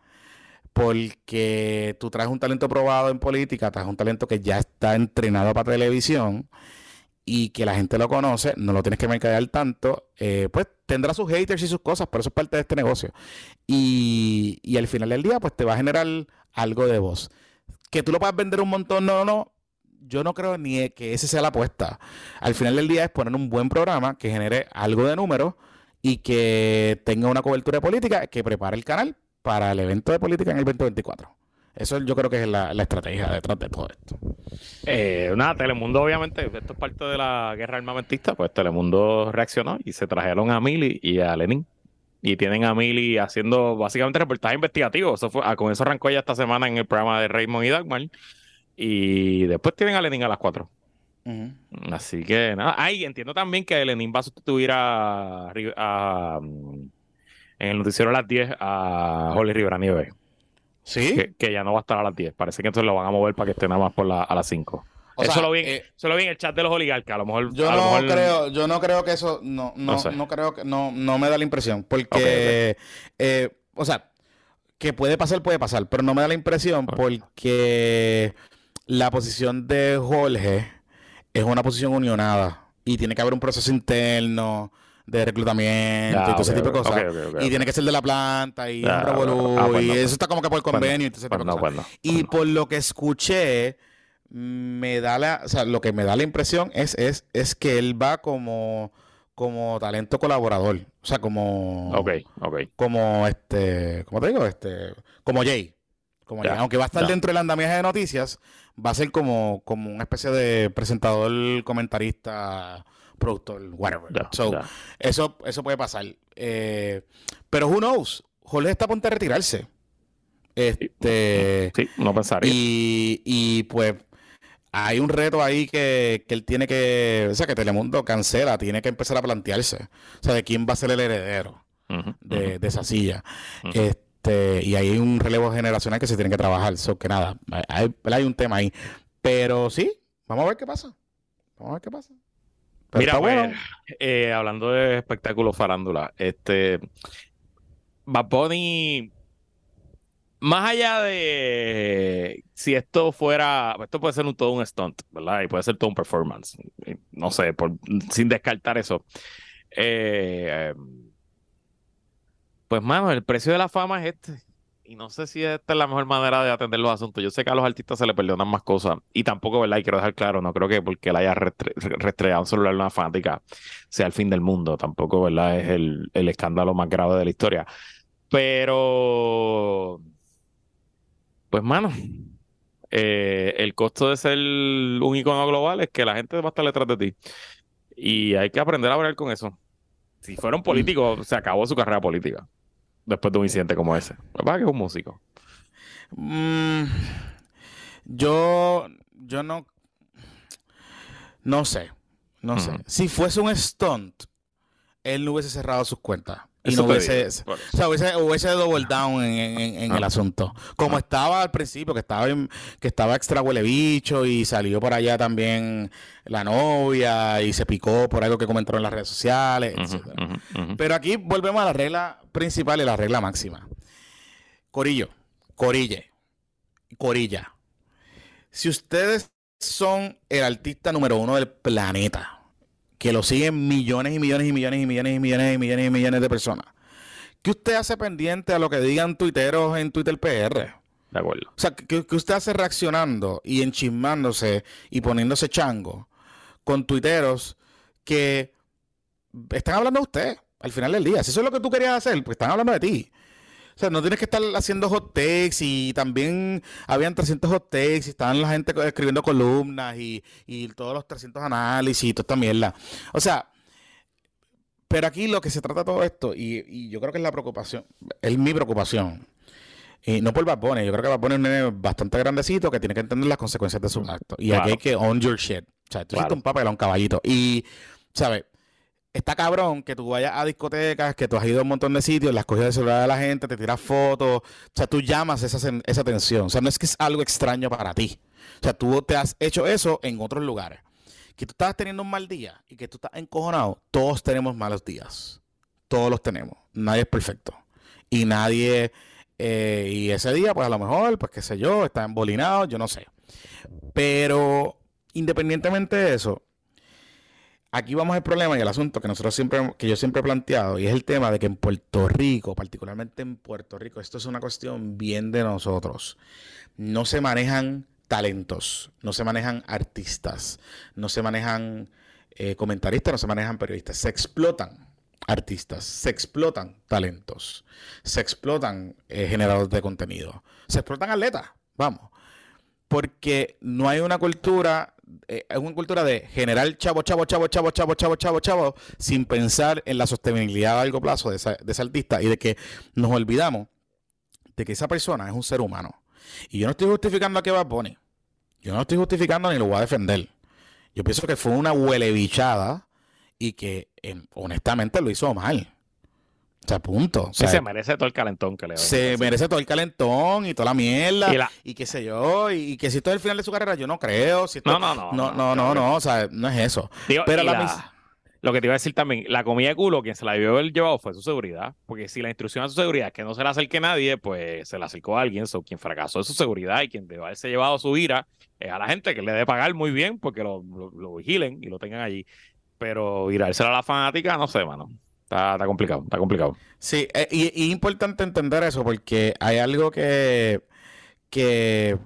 Porque tú traes un talento probado en política, traes un talento que ya está entrenado para televisión y que la gente lo conoce, no lo tienes que mercadear tanto, eh, pues tendrá sus haters y sus cosas, pero eso es parte de este negocio. Y, y al final del día, pues te va a generar algo de voz. Que tú lo puedas vender un montón, no, no, no. Yo no creo ni que esa sea la apuesta. Al final del día es poner un buen programa que genere algo de números y que tenga una cobertura política que prepare el canal para el evento de política en el veinte veinticuatro. Eso yo creo que es la, la estrategia detrás de todo esto. Eh, nada, Telemundo obviamente, esto es parte de la guerra armamentista, pues Telemundo reaccionó y se trajeron a Mili y a Lenin. Y tienen a Mili haciendo básicamente reportajes investigativos. Eso fue, ah, con eso arrancó ya esta semana en el programa de Raymond y Dagmar. Y después tienen a Lenin a las cuatro. Uh-huh. Así que nada. Ay, entiendo también que Lenin va a sustituir a, a, a en el noticiero a las diez a Jorge Rivera Nieves. ¿Sí? Que, que ya no va a estar a las diez. Parece que entonces lo van a mover para que esté nada más por la, a las cinco. O eso, sea, lo vi, eh, eso lo vi en el chat de los oligarcas. A lo mejor. Yo a no lo mejor, creo, yo no creo que eso. No, no, no, sé. no creo que. No, no me da la impresión. Porque. Okay, okay. Eh, o sea, que puede pasar, puede pasar. Pero no me da la impresión okay. porque la posición de Jorge es una posición unionada. Y tiene que haber un proceso interno de reclutamiento ah, y todo okay, ese tipo de cosas. Okay, okay, okay, y okay. tiene que ser de la planta y ah, un revolú. Ah, pues no, y eso está como que por convenio y todo ese tipo de cosas. Pues no, y por lo que escuché, me da la, o sea, lo que me da la impresión es, es, es que él va como, como talento colaborador. O sea, como. Ok, ok. Como este. ¿Cómo te digo? Este. Como Jay. Como ya, Jay. Aunque va a estar ya. dentro del andamiaje de noticias, va a ser como, como una especie de presentador, comentarista, productor, whatever. Ya, so, ya. Eso, eso puede pasar. Eh, pero who knows? Jorge está a punto de retirarse. Este. Sí, no pensaría. Y, y pues. Hay un reto ahí que, que él tiene que, o sea, que Telemundo cancela, tiene que empezar a plantearse, o sea, de quién va a ser el heredero uh-huh, de, uh-huh. de esa silla. Uh-huh. Este, y hay un relevo generacional que se tiene que trabajar, so que nada, hay, hay un tema ahí. Pero sí, vamos a ver qué pasa. Vamos a ver qué pasa. Pero mira, bueno. Pues, eh, hablando de espectáculos farándula, este Bad Bunny, más allá de si esto fuera, esto puede ser un, todo un stunt, ¿verdad? Y puede ser todo un performance. No sé, por, sin descartar eso. Eh, pues, mano, el precio de la fama es este. Y no sé si esta es la mejor manera de atender los asuntos. Yo sé que a los artistas se les perdonan más cosas. Y tampoco, ¿verdad? Y quiero dejar claro, no creo que porque él haya restre restregado un celular a una fanática sea el fin del mundo. Tampoco, ¿verdad? Es el, el escándalo más grave de la historia. Pero... Pues, mano, eh, el costo de ser un icono global es que la gente va a estar detrás de ti. Y hay que aprender a hablar con eso. Si fuera un político, mm. se acabó su carrera política. Después de un incidente como ese. Lo que pasa es que es un músico. Mm, yo, yo no... No sé. No mm. sé. Si fuese un stunt, él no hubiese cerrado sus cuentas. Y Eso no te hubiese, digo, o sea, hubiese, hubiese double down en, en- en Ah. el asunto. Como Ah. estaba al principio, que estaba en- que estaba extra huele bicho y salió por allá también la novia y se picó por algo que comentó en las redes sociales, Ujú, etcétera. ujú, ujú. Pero aquí volvemos a la regla principal y la regla máxima. Corillo, corille, corilla. Si ustedes son el artista número uno del planeta, que lo siguen millones y millones y millones y millones y millones y millones y millones de personas, ¿qué usted hace pendiente a lo que digan tuiteros en Twitter P R? De acuerdo. O sea, ¿qué, qué usted hace reaccionando y enchismándose y poniéndose chango con tuiteros que están hablando de usted al final del día? Si eso es lo que tú querías hacer, pues están hablando de ti. O sea, no tienes que estar haciendo hot takes y también habían trescientos hot takes y estaban la gente escribiendo columnas y, y todos los trescientos análisis y toda esta mierda. O sea, pero aquí lo que se trata de todo esto, y, y yo creo que es la preocupación, es mi preocupación, y no por Bad Bunny, yo creo que Bad Bunny es un nene bastante grandecito que tiene que entender las consecuencias de sus actos. Y Claro. aquí hay que own your shit. O sea, tú Claro. hiciste un papel a un caballito. Y, ¿sabes? Está cabrón que tú vayas a discotecas, que tú has ido a un montón de sitios, las coges de celular de la gente, te tiras fotos. O sea, tú llamas esa, sen- esa atención. O sea, no es que es algo extraño para ti. O sea, tú te has hecho eso en otros lugares. Que tú estás teniendo un mal día y que tú estás encojonado. Todos tenemos malos días. Todos los tenemos. Nadie es perfecto. Y nadie... eh, y ese día, pues a lo mejor, pues qué sé yo, está embolinado, yo no sé. Pero independientemente de eso, aquí vamos al problema y el asunto que nosotros siempre, que yo siempre he planteado, y es el tema de que en Puerto Rico, particularmente en Puerto Rico, esto es una cuestión bien de nosotros. No se manejan talentos, no se manejan artistas, no se manejan eh, comentaristas, no se manejan periodistas, se explotan artistas, se explotan talentos, se explotan eh, generadores de contenido, se explotan atletas, vamos, porque no hay una cultura, eh, es una cultura de generar chavo, chavo, chavo, chavo, chavo, chavo, chavo, chavo, sin pensar en la sostenibilidad a largo plazo de, esa, de ese artista y de que nos olvidamos de que esa persona es un ser humano. Y yo no estoy justificando a que Bad Bunny, yo no lo estoy justificando ni lo voy a defender. Yo pienso que fue una huele bichada y que eh, honestamente lo hizo mal. O sea, punto. O Sí, sea, se merece todo el calentón que le doy. se Sí. merece todo el calentón y toda la mierda Y y, la- qué sé yo, y, y que si esto es el final de su carrera, yo no creo. Si esto- No, no, no, no, no, no, no, claro. no, o sea, no es eso. Digo, Pero y la la- mis- lo que te iba a decir también, la comida de culo, quien se la debió haber llevado fue su seguridad, porque si la instrucción a su seguridad es que no se la acerque nadie, pues se la acercó a alguien, so, quien fracasó es su seguridad y quien debe haberse llevado su ira es a la gente que le debe pagar muy bien porque lo, lo, lo vigilen y lo tengan allí. Pero virársela a la fanática, no sé, mano. Está, está complicado, está complicado. Sí, eh, y, y es importante entender eso porque hay algo que, que,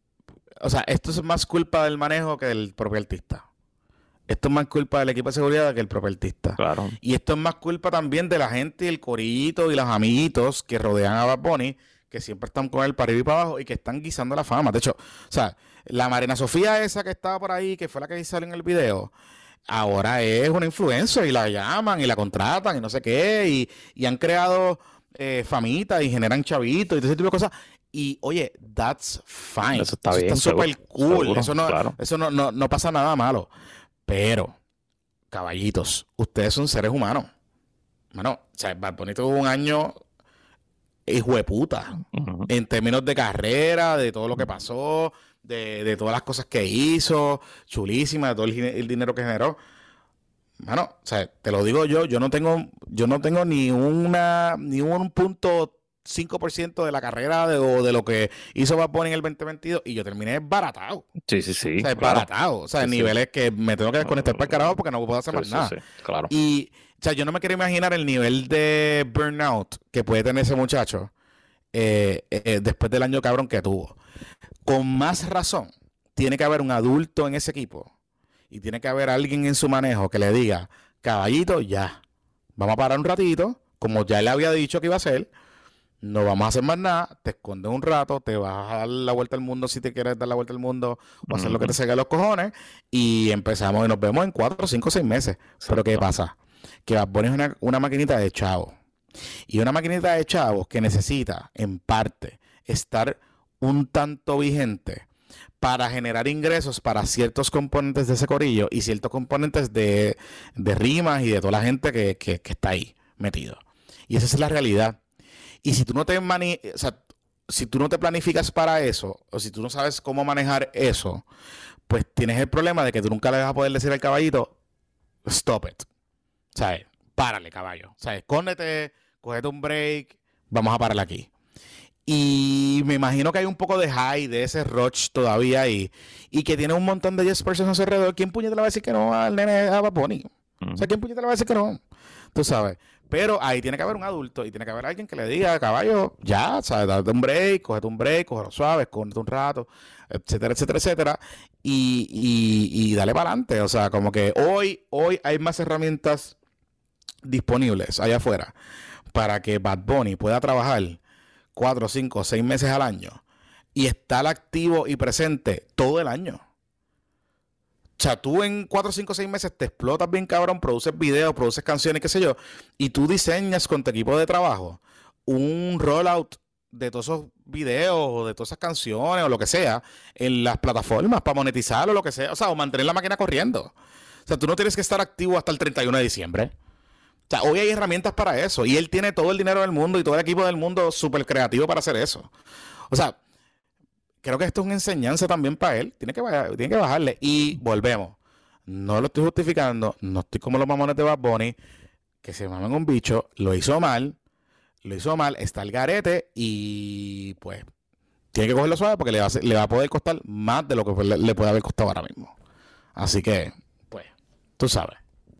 o sea, esto es más culpa del manejo que del propio artista. Esto es más culpa del equipo de seguridad que del propio artista. Claro. Y esto es más culpa también de la gente y el corillito y los amiguitos que rodean a Bad Bunny, que siempre están con él para arriba y para abajo y que están guisando la fama. De hecho, o sea, la Marina Sofía esa que estaba por ahí, que fue la que salió en el video, ahora es una influencer y la llaman y la contratan y no sé qué, y, y han creado eh, famitas y generan chavitos y todo ese tipo de cosas. Y oye, that's fine. Eso está bien, súper seguro, cool. seguro, eso no, claro. eso no, no, no pasa nada malo. Pero, caballitos, ustedes son seres humanos. Mano, o sea, Bad Bunny tuvo un año hijo de puta. Ujú. En términos de carrera, de todo lo que pasó, de, de todas las cosas que hizo, chulísima, de todo el, gine- el dinero que generó. Mano, o sea, te lo digo yo, yo no tengo, yo no tengo ni una, ni un punto cinco por ciento de la carrera de, o de lo que hizo Bad Bunny en el veinte veintidós y yo terminé baratado. Sí, sí, sí. O sea, claro. baratado. O sea, Sí, sí. niveles que me tengo que desconectar para el carajo porque no puedo hacer Sí, más sí, nada. sí, claro. Y, o sea, yo no me quiero imaginar el nivel de burnout que puede tener ese muchacho eh, eh, después del año cabrón que tuvo. Con más razón, tiene que haber un adulto en ese equipo y tiene que haber alguien en su manejo que le diga, caballito, ya, vamos a parar un ratito, como ya le había dicho que iba a hacer, no vamos a hacer más nada, te escondes un rato, te vas a dar la vuelta al mundo si te quieres dar la vuelta al mundo o hacer lo que te salga de los cojones y empezamos y nos vemos en cuatro, cinco, seis meses. Pero ¿qué pasa? Que Bad Bunny es una, una maquinita de chavos. Y una maquinita de chavos que necesita, en parte, estar un tanto vigente para generar ingresos para ciertos componentes de ese corillo y ciertos componentes de, de rimas y de toda la gente que, que, que está ahí metido. Y esa es la realidad. Y si tú no te mani o sea, si tú no te planificas para eso, o si tú no sabes cómo manejar eso, pues tienes el problema de que tú nunca le vas a poder decir al caballito, stop it. ¿Sabes? Párale, caballo. ¿Sabes? Escóndete, cógete un break, vamos a parar aquí. Y me imagino que hay un poco de high de ese rush todavía ahí. Y que tiene un montón de yes persons alrededor. ¿Quién puñete le va a decir que no al nene a Bad Bunny? O sea, ¿quién puñete le va a decir que no? Tú sabes. Pero ahí tiene que haber un adulto y tiene que haber alguien que le diga, caballo, ya, ¿sabes? Date un break, cógete un break, cógelo suave, escóndete un rato, etcétera, etcétera, etcétera. Y, y, y dale para adelante. O sea, como que hoy, hoy hay más herramientas disponibles allá afuera para que Bad Bunny pueda trabajar cuatro, cinco, seis meses al año y estar activo y presente todo el año. O sea, tú en cuatro, cinco, seis meses te explotas bien cabrón, produces videos, produces canciones, qué sé yo, y tú diseñas con tu equipo de trabajo un rollout de todos esos videos o de todas esas canciones o lo que sea en las plataformas para monetizarlo o lo que sea, o sea, o mantener la máquina corriendo. O sea, tú no tienes que estar activo hasta el treinta y uno de diciembre. O sea, hoy hay herramientas para eso y él tiene todo el dinero del mundo y todo el equipo del mundo súper creativo para hacer eso. O sea, creo que esto es una enseñanza también para él. Tiene que, bajar, tiene que bajarle. Y volvemos. No lo estoy justificando. No estoy como los mamones de Bad Bunny, que se maman un bicho. Lo hizo mal. Lo hizo mal. Está el garete. Y pues tiene que cogerlo suave porque le va, a, le va a poder costar más de lo que le, le puede haber costado ahora mismo. Así que, pues, tú sabes.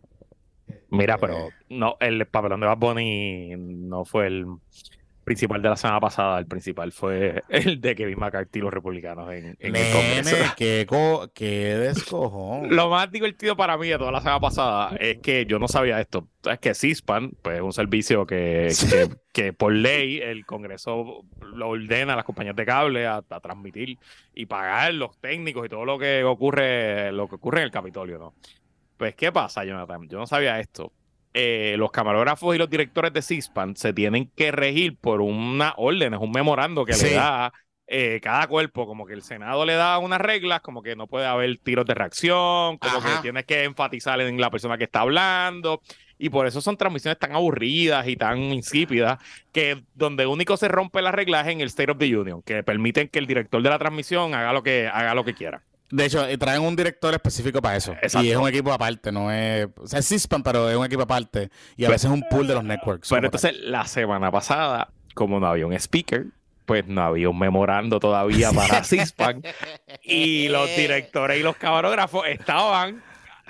Mira, pero no, el papelón de Bad Bunny no fue el principal de la semana pasada. El principal fue el de Kevin McCarthy y los republicanos en, en el Congreso. Nene, qué, co qué descojón. Lo más divertido para mí de toda la semana pasada es que yo no sabía esto. Es que C-SPAN, pues es un servicio que, que, que por ley el Congreso lo ordena a las compañías de cable a, a transmitir y pagar los técnicos y todo lo que ocurre, lo que ocurre en el Capitolio, ¿no? Pues, ¿qué pasa, Jonathan? Yo no sabía esto. Eh, los camarógrafos y los directores de C-SPAN se tienen que regir por una orden, es un memorando que sí. le da eh, cada cuerpo, como que el Senado le da unas reglas, como que no puede haber tiros de reacción, como Ajá. que tienes que enfatizar en la persona que está hablando, y por eso son transmisiones tan aburridas y tan insípidas, que donde único se rompe la regla es en el State of the Union, que permiten que el director de la transmisión haga lo que, haga lo que quiera. De hecho, traen un director específico para eso. Exacto. Y es un equipo aparte, no es... O sea, es C-SPAN, pero es un equipo aparte. Y a pero, veces es un pool de los networks. Pero entonces, tal. La semana pasada, como no había un speaker, pues no había un memorando todavía para C-SPAN. Y los directores y los camarógrafos estaban...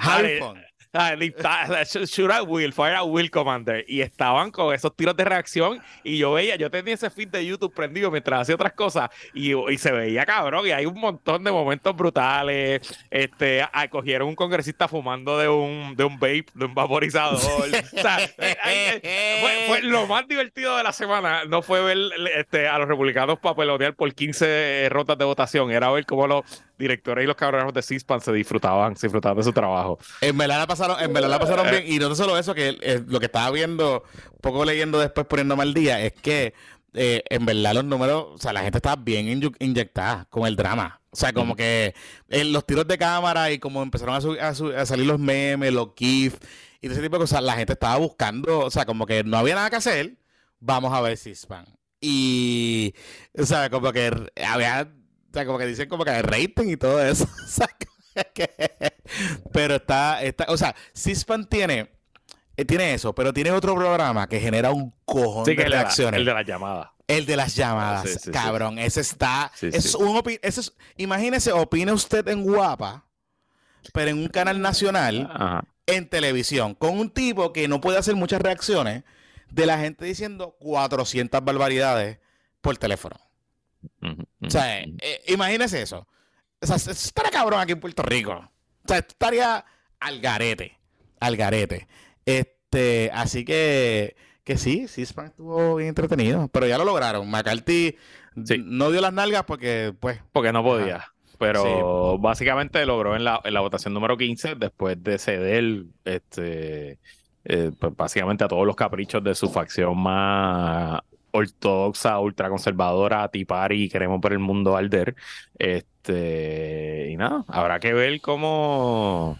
Shoot at will, fire at will, commander. Y estaban con esos tiros de reacción. Y yo veía, yo tenía ese feed de YouTube prendido mientras hacía otras cosas. Y, y se veía cabrón. Y hay un montón de momentos brutales. Este, a, cogieron un congresista fumando de un, de un vape, de un vaporizador. O sea, fue, fue lo más divertido de la semana. No fue ver este, a los republicanos papelonear por quince rondas de votación. Era ver cómo los directores y los cabrones de C-SPAN se disfrutaban, se disfrutaban de su trabajo. En verdad la pasaron, en verdad la pasaron bien. Y no solo eso, que eh, lo que estaba viendo, poco leyendo después, poniéndome al día, es que eh, en verdad los números, o sea, la gente estaba bien inyectada con el drama. O sea, como mm. que eh, los tiros de cámara y como empezaron a, su, a, su, a salir los memes, los GIFs y ese tipo de cosas, la gente estaba buscando, o sea, como que no había nada que hacer, vamos a ver C-SPAN. Y, o sea, como que había... O sea, como que dicen como que hay rating y todo eso. O sea, que, pero está, está, o sea, C-SPAN tiene, eh, tiene eso, pero tiene otro programa que genera un cojón sí, de el reacciones. De la, el de las llamadas. El de las llamadas, sí, sí, cabrón. Sí. Ese está, sí, es sí. un opi ese es, imagínese, opine usted en Guapa, pero en un canal nacional, Ajá. en televisión, con un tipo que no puede hacer muchas reacciones de la gente diciendo cuatrocientas barbaridades por teléfono. Uh-huh, uh-huh. O sea, eh, imagínese eso. O sea, estaría cabrón aquí en Puerto Rico. O sea, estaría al garete. Al garete. Este, así que, que sí, C-SPAN estuvo bien entretenido. Pero ya lo lograron. McCarthy sí. no dio las nalgas porque, pues. Porque no podía. Ajá. Pero sí. básicamente logró en la, en la votación número quince, después de ceder, este, eh, pues básicamente a todos los caprichos de su facción más ortodoxa, ultraconservadora, tipari, queremos ver el mundo arder. Este, y nada, habrá que ver cómo,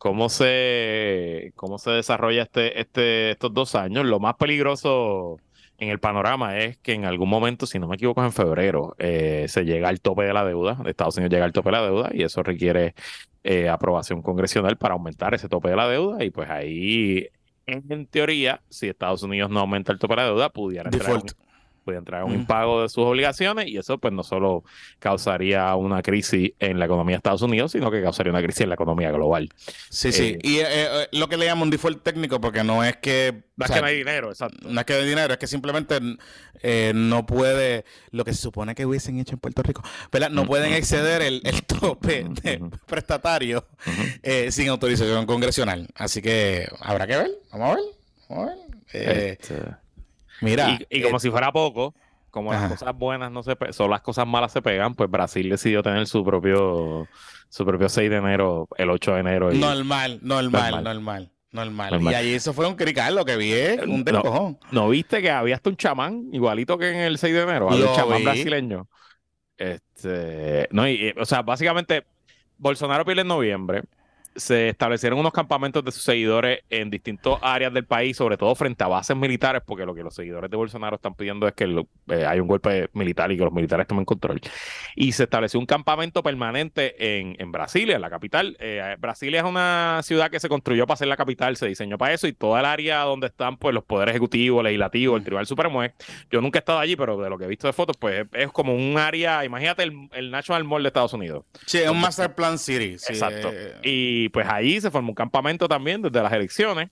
cómo se, cómo se desarrolla este, este, estos dos años. Lo más peligroso en el panorama es que en algún momento, si no me equivoco, es en febrero, eh, se llega al tope de la deuda. Estados Unidos llega al tope de la deuda y eso requiere eh, aprobación congresional para aumentar ese tope de la deuda. Y pues ahí, en teoría, si Estados Unidos no aumenta el tope de la deuda, pudiera entrar a un, Default. pudiera entrar a un Mm. impago de sus obligaciones y eso pues no solo causaría una crisis en la economía de Estados Unidos, sino que causaría una crisis en la economía global. Sí, sí. Eh, Y eh, eh, lo que le llaman un default técnico, porque no es que. no O es sea, que no hay dinero, exacto. no es que de dinero, es que simplemente eh, no puede. Lo que se supone que hubiesen hecho en Puerto Rico, ¿verdad? No Mm, pueden mm, exceder el, el tope mm, de mm, prestatario mm. eh, sin autorización congresional. Así que habrá que ver. Vamos a ver. Vamos a ver. Eh, Este, mira. y, y como eh, si fuera poco, como las ajá. cosas buenas no se pe- solo las cosas malas se pegan, pues Brasil decidió tener su propio su propio seis de enero, el ocho de enero y Normal, normal, normal, normal, normal. Y normal. allí eso fue un crical, lo que vi es Eh, un No, despojón. ¿no viste que había hasta un chamán, igualito que en el seis de enero? Había un Lo chamán vi. brasileño. Este, no, y, y, o sea, básicamente, Bolsonaro pierde en noviembre. Se establecieron unos campamentos de sus seguidores en distintas áreas del país, sobre todo frente a bases militares, porque lo que los seguidores de Bolsonaro están pidiendo es que lo- eh, haya un golpe militar y que los militares tomen control. Y se estableció un campamento permanente en, en Brasilia, en la capital. Eh, Brasilia es una ciudad que se construyó para ser la capital, se diseñó para eso, y toda el área donde están pues los poderes ejecutivos, legislativos, el Tribunal Supremo es. Yo nunca he estado allí, pero de lo que he visto de fotos, pues es, es como un área, imagínate el, el National Mall de Estados Unidos. Sí, es un Donde Master Plan City. Sí, Exacto. eh, Y pues ahí se formó un campamento también desde las elecciones.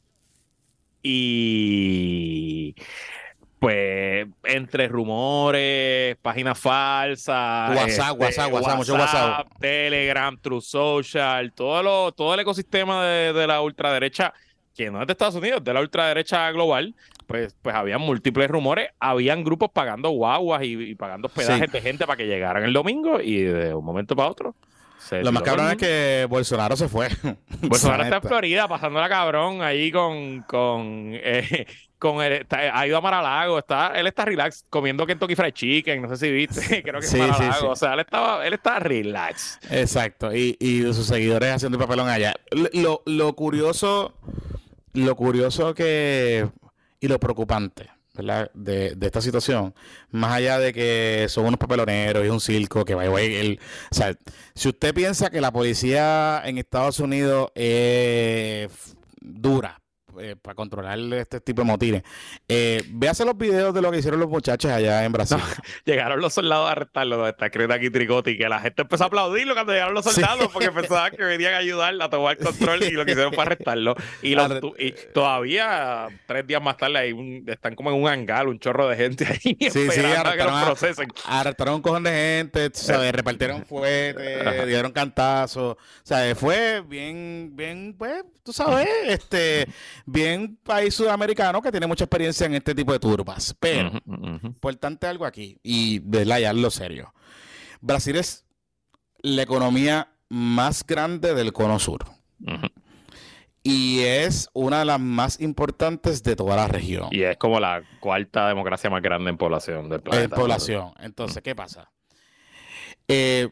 Y pues entre rumores, páginas falsas, WhatsApp, este, WhatsApp, WhatsApp, mucho WhatsApp. Telegram, True Social, todo, lo, todo el ecosistema de, de la ultraderecha, que no es de Estados Unidos, de la ultraderecha global, pues, pues habían múltiples rumores, habían grupos pagando guaguas y, y pagando hospedajes Sí. de gente para que llegaran el domingo y de un momento para otro. Se Lo más tiró todo el cabrón es mundo. que Bolsonaro se fue. Bolsonaro está en Neta. Florida pasándola cabrón ahí con, con, eh, con el, está- ha ido a Mar-a-Lago, está, él está relax comiendo Kentucky Fried Chicken, no sé si viste, creo que es Sí, sí, Mar-a-Lago, sí. o sea, él estaba, él está relax. Exacto. Y, y de sus seguidores haciendo el papelón allá. Lo, lo curioso, lo curioso que. Y lo preocupante, ¿verdad? De, de esta situación. Más allá de que son unos papeloneros y es un circo que va a el, o sea, si usted piensa que la policía en Estados Unidos es dura eh, para controlar este tipo de motines, eh, véase los videos de lo que hicieron los muchachos allá en Brasil. Llegaron los soldados a arrestarlo, donde está escrito aquí Tricotti, que la gente empezó a aplaudirlo cuando llegaron los Sí. soldados porque pensaban que venían a ayudar a tomar control y lo que hicieron fue arrestarlo. Y, los Arre- tu- y todavía, tres días más tarde, hay un- están como en un hangar, un chorro de gente ahí Sí, sí, esperando a que los arrestaron a, procesen. arrestaron un cojón de gente, tú ¿sabes? Repartieron fuertes, dieron cantazos, ¿sabes? Fue bien, bien, pues, tú sabes, este, bien país sudamericano que tiene mucha experiencia en este tipo de turbas. Pero, Ujú, ujú. importante algo aquí, y verla ya lo serio. Brasil es la economía más grande del cono sur. Ujú. Y es una de las más importantes de toda la región. Y es como la cuarta democracia más grande en población del En planeta. población. Entonces, ¿qué pasa? Eh,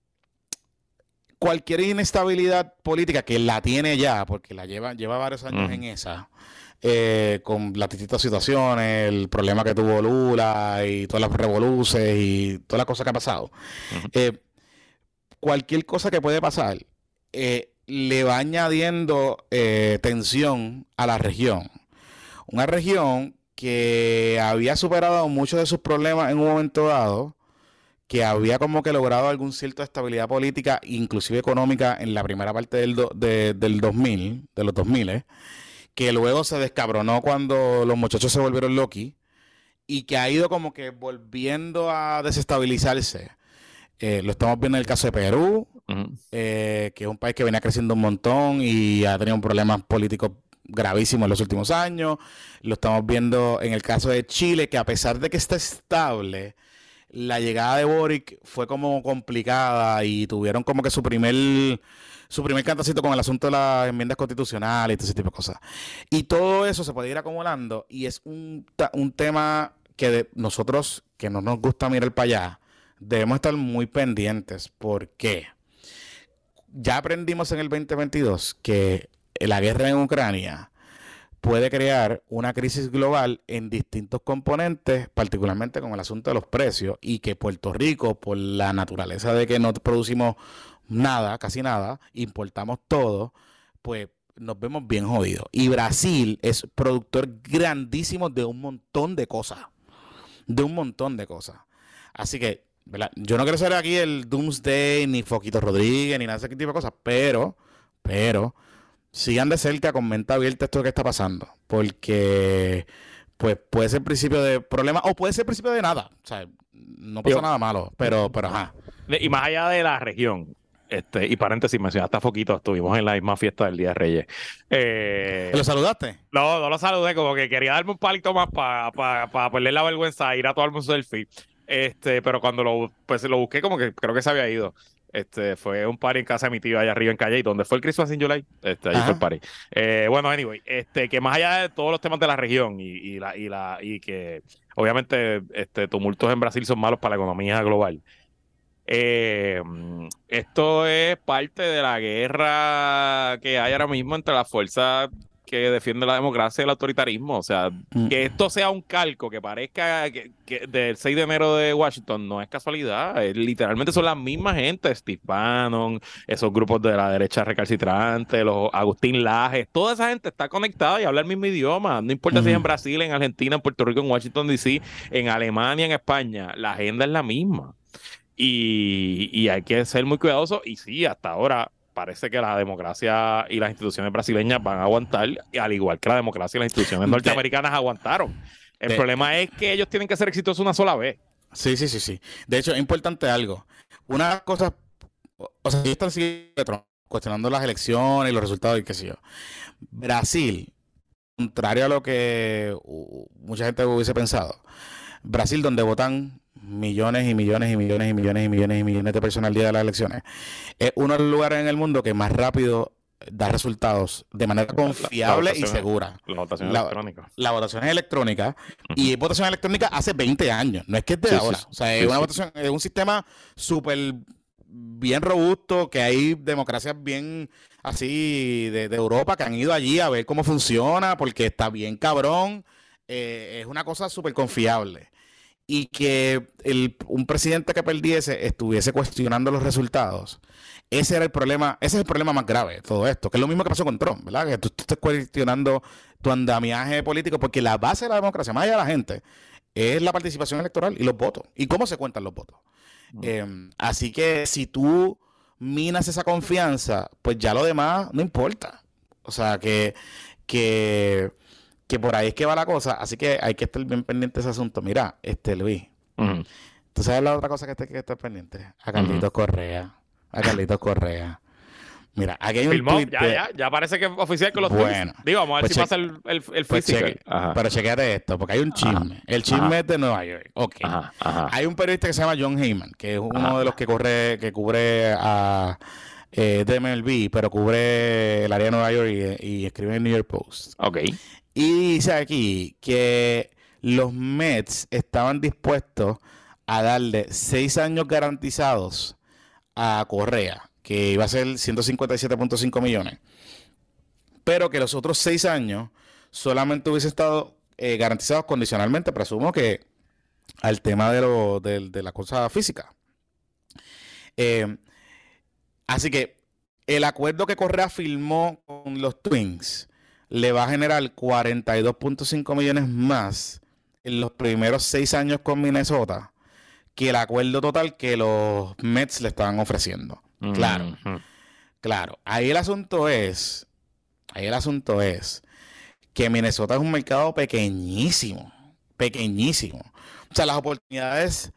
cualquier inestabilidad política que la tiene ya, porque la lleva, lleva varios años Ujú. en esa, eh, con las distintas situaciones, el problema que tuvo Lula y todas las revoluciones y todas las cosas que ha pasado, Ujú. eh, cualquier cosa que puede pasar eh, le va añadiendo eh, tensión a la región. Una región que había superado muchos de sus problemas en un momento dado, que había como que logrado algún cierto de estabilidad política, inclusive económica, en la primera parte del, do- de- del dos mil, de los dos mil, eh, que luego se descabronó cuando los muchachos se volvieron loqui y que ha ido como que volviendo a desestabilizarse. Eh, lo estamos viendo en el caso de Perú, Ujú. eh, que es un país que venía creciendo un montón y ha tenido problemas políticos gravísimos en los últimos años. Lo estamos viendo en el caso de Chile, que a pesar de que está estable, la llegada de Boric fue como complicada y tuvieron como que su primer su primer cantacito con el asunto de las enmiendas constitucionales y todo ese tipo de cosas. Y todo eso se puede ir acumulando y es un, ta- un tema que de- nosotros, que no nos gusta mirar para allá, debemos estar muy pendientes. ¿Por qué? ya aprendimos en el veinte veintidós que la guerra en Ucrania puede crear una crisis global en distintos componentes, particularmente con el asunto de los precios, y que Puerto Rico, por la naturaleza de que no producimos nada, casi nada, importamos todo, pues nos vemos bien jodidos. Y Brasil es productor grandísimo de un montón de cosas, de un montón de cosas. Así que, ¿verdad? Yo no quiero ser aquí el Doomsday, ni Foquito Rodríguez, ni nada de ese tipo de cosas, pero, pero... sigan de cerca con mente abierta esto que está pasando, porque pues puede ser el principio de problemas o puede ser el principio de nada, o sea, no pasa Yo, nada malo, pero, pero ajá. y más allá de la región, este, y paréntesis, mencionaste a Foquito, estuvimos en la misma fiesta del Día de Reyes. Eh, ¿Lo saludaste? no, no lo saludé, como que quería darme un palito más para pa, pa perder la vergüenza, ir a tomarme un selfie. Este, pero cuando lo, pues, lo busqué, como que creo que se había ido. Este, fue un party en casa de mi tío allá arriba en Calle, donde fue el Christmas in July. Este, allí Ajá. fue el party. Eh, bueno, anyway, este, que más allá de todos los temas de la región y, y la, y la, y que obviamente este, tumultos en Brasil son malos para la economía global. Eh, esto es parte de la guerra que hay ahora mismo entre las fuerzas que defienden la democracia y el autoritarismo. O sea, Mm. que esto sea un calco que parezca que, que del seis de enero de Washington no es casualidad. Es, literalmente son las mismas gente, Steve Bannon, esos grupos de la derecha recalcitrante, los Agustín Lajes, toda esa gente está conectada y habla el mismo idioma. No importa Mm. si es en Brasil, en Argentina, en Puerto Rico, en Washington D C, en Alemania, en España, la agenda es la misma. Y, y hay que ser muy cuidadosos. Y sí, hasta ahora parece que la democracia y las instituciones brasileñas van a aguantar, al igual que la democracia y las instituciones De- norteamericanas aguantaron. El de- problema es que ellos tienen que ser exitosos una sola vez. Sí, sí, sí, sí. De hecho, es importante algo. Una cosa, o o sea, ellos están siguiendo Trump, cuestionando las elecciones y los resultados y qué sé yo. Brasil, contrario a lo que uh, mucha gente hubiese pensado, Brasil, donde votan millones y millones y millones y millones y millones y millones de personas al día de las elecciones, es uno de los lugares en el mundo que más rápido da resultados de manera La, la confiable y votación, segura. la votación La, electrónica. la votación es electrónica y Ujú. es votación electrónica hace veinte años, no es que es de Sí, sí, ahora. sí. O sea, es Sí, una sí. votación, es un sistema súper bien robusto, que hay democracias bien así de, de Europa que han ido allí a ver cómo funciona, porque está bien cabrón. Eh, es una cosa súper confiable. Y que el, un presidente que perdiese estuviese cuestionando los resultados, ese era el problema, ese es el problema más grave de todo esto, que es lo mismo que pasó con Trump, ¿verdad? Que tú, tú estés cuestionando tu andamiaje político, porque la base de la democracia, más allá de la gente, es la participación electoral y los votos, y cómo se cuentan los votos. Mm. Eh, así que si tú minas esa confianza, pues ya lo demás no importa. O sea, que, que, que por ahí es que va la cosa. Así que hay que estar bien pendiente de ese asunto. Mira, este Luis, Ujú. ¿tú sabes la otra cosa que hay que estar pendiente? A Carlitos Ujú. Correa. A Carlitos Correa. Mira, aquí hay un Filmó, tweet ya, de... ya, ya parece que es oficial con los Bueno, tweets. Digo, vamos a ver pues si che- pasa el, el, el pues physical. cheque, Ajá, pero chequéate esto, porque hay un ajá, chisme. El chisme ajá, es de Nueva York. Ok. ajá, ajá, Hay un periodista que se llama John Heyman, que es uno ajá. de los que corre, que cubre a eh, de M L B, pero cubre el área de Nueva York y, y escribe en el New York Post. Ok. Y dice aquí que los Mets estaban dispuestos a darle seis años garantizados a Correa, que iba a ser ciento cincuenta y siete punto cinco millones, pero que los otros seis años solamente hubiese estado eh, garantizados condicionalmente, presumo que al tema de, lo, de, de la cosa física. Eh, así que el acuerdo que Correa firmó con los Twins le va a generar cuarenta y dos punto cinco millones más en los primeros seis años con Minnesota que el acuerdo total que los Mets le estaban ofreciendo. Claro, Ujú. claro. Ahí el asunto es, ahí el asunto es que Minnesota es un mercado pequeñísimo, pequeñísimo. O sea, las oportunidades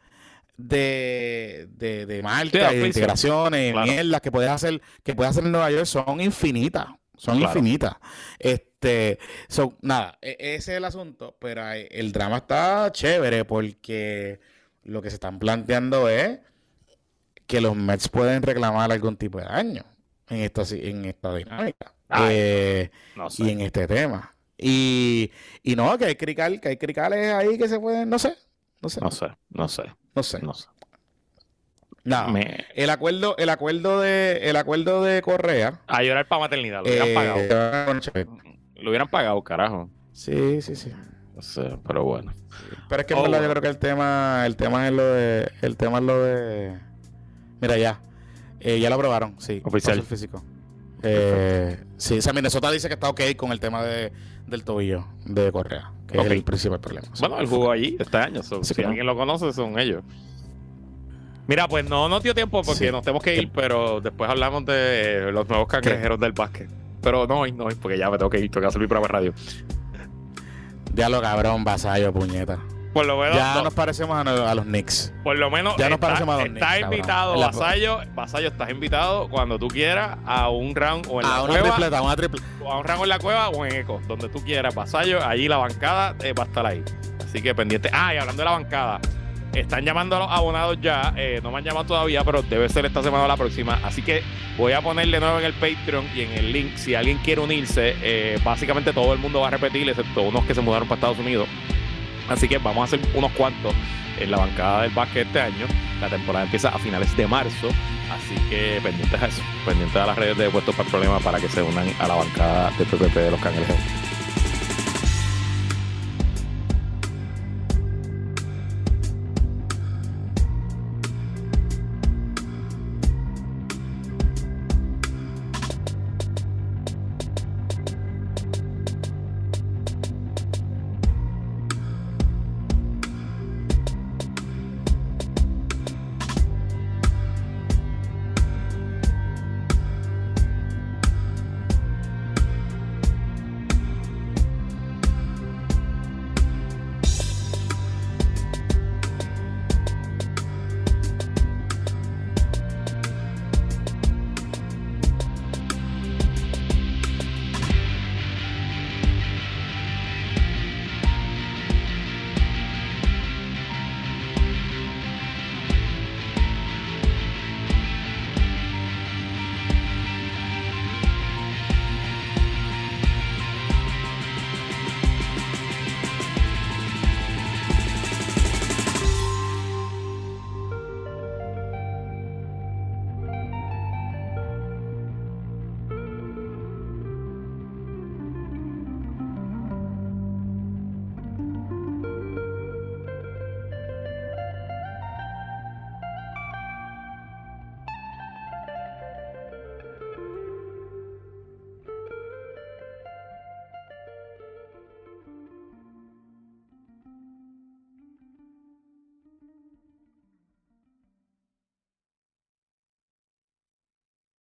de, de, de Sí, marca y de auspicio. integraciones y Claro, mierdas que puedes hacer, que puedes hacer en Nueva York son infinitas. Son claro. infinitas. Este, so, nada, e- ese es el asunto, pero hay- el drama está chévere porque lo que se están planteando es que los Mets pueden reclamar algún tipo de daño en esta, si- en esta dinámica Ay, eh, no y sé. en este tema. Y, y no, que hay crical, que hay cricales ahí que se pueden, no sé, no sé, No sé, no sé, no sé. no sé. No, Me... el acuerdo, el acuerdo de, el acuerdo de Correa. A llorar para maternidad, lo hubieran eh, pagado. Lo hubieran pagado, carajo. Sí, sí, sí. No sé, pero bueno. Pero es que en Oh, verdad bueno. yo creo que el tema, el tema es lo de, el tema es lo de. Mira ya, eh, ya lo aprobaron, sí. Oficial. Pasó el físico. Eh, sí, o sea, Minnesota dice que está ok con el tema de, del tobillo de Correa, que Ok. es el principal problema. O sea, Bueno, él jugó allí este año. So, Sí, si claro. alguien lo conoce, son ellos. Mira, pues no nos dio tiempo porque Sí. nos tenemos que ir, pero después hablamos de los nuevos cangrejeros del básquet. Pero no hoy, no hoy, porque ya me tengo que ir, tengo que hacer mi programa de radio. Ya lo cabrón, vasallo, puñeta. Por lo menos, Ya no, nos parecemos a, no- a los Knicks. por lo menos ya nos está, parecemos a los está Knicks, cabrón. invitado, En la- Vasallo. Vasallo, estás invitado cuando tú quieras a un round o en la A una cueva. tripleta, a una tripleta. O a un rango en la cueva o en Eco, donde tú quieras, Vasallo, allí la bancada eh, va a estar ahí. Así que pendiente. Ah, y hablando de la bancada, están llamando a los abonados ya, eh, no me han llamado todavía, pero debe ser esta semana o la próxima. Así que voy a ponerle nuevo en el Patreon y en el link, si alguien quiere unirse, eh, básicamente todo el mundo va a repetir, excepto unos que se mudaron para Estados Unidos. Así que vamos a hacer unos cuantos en la bancada del básquet este año. La temporada empieza a finales de marzo. Así que pendientes a eso. Pendientes a las redes de Puestos para el Problema para que se unan a la bancada de P P P de los Cangrejos.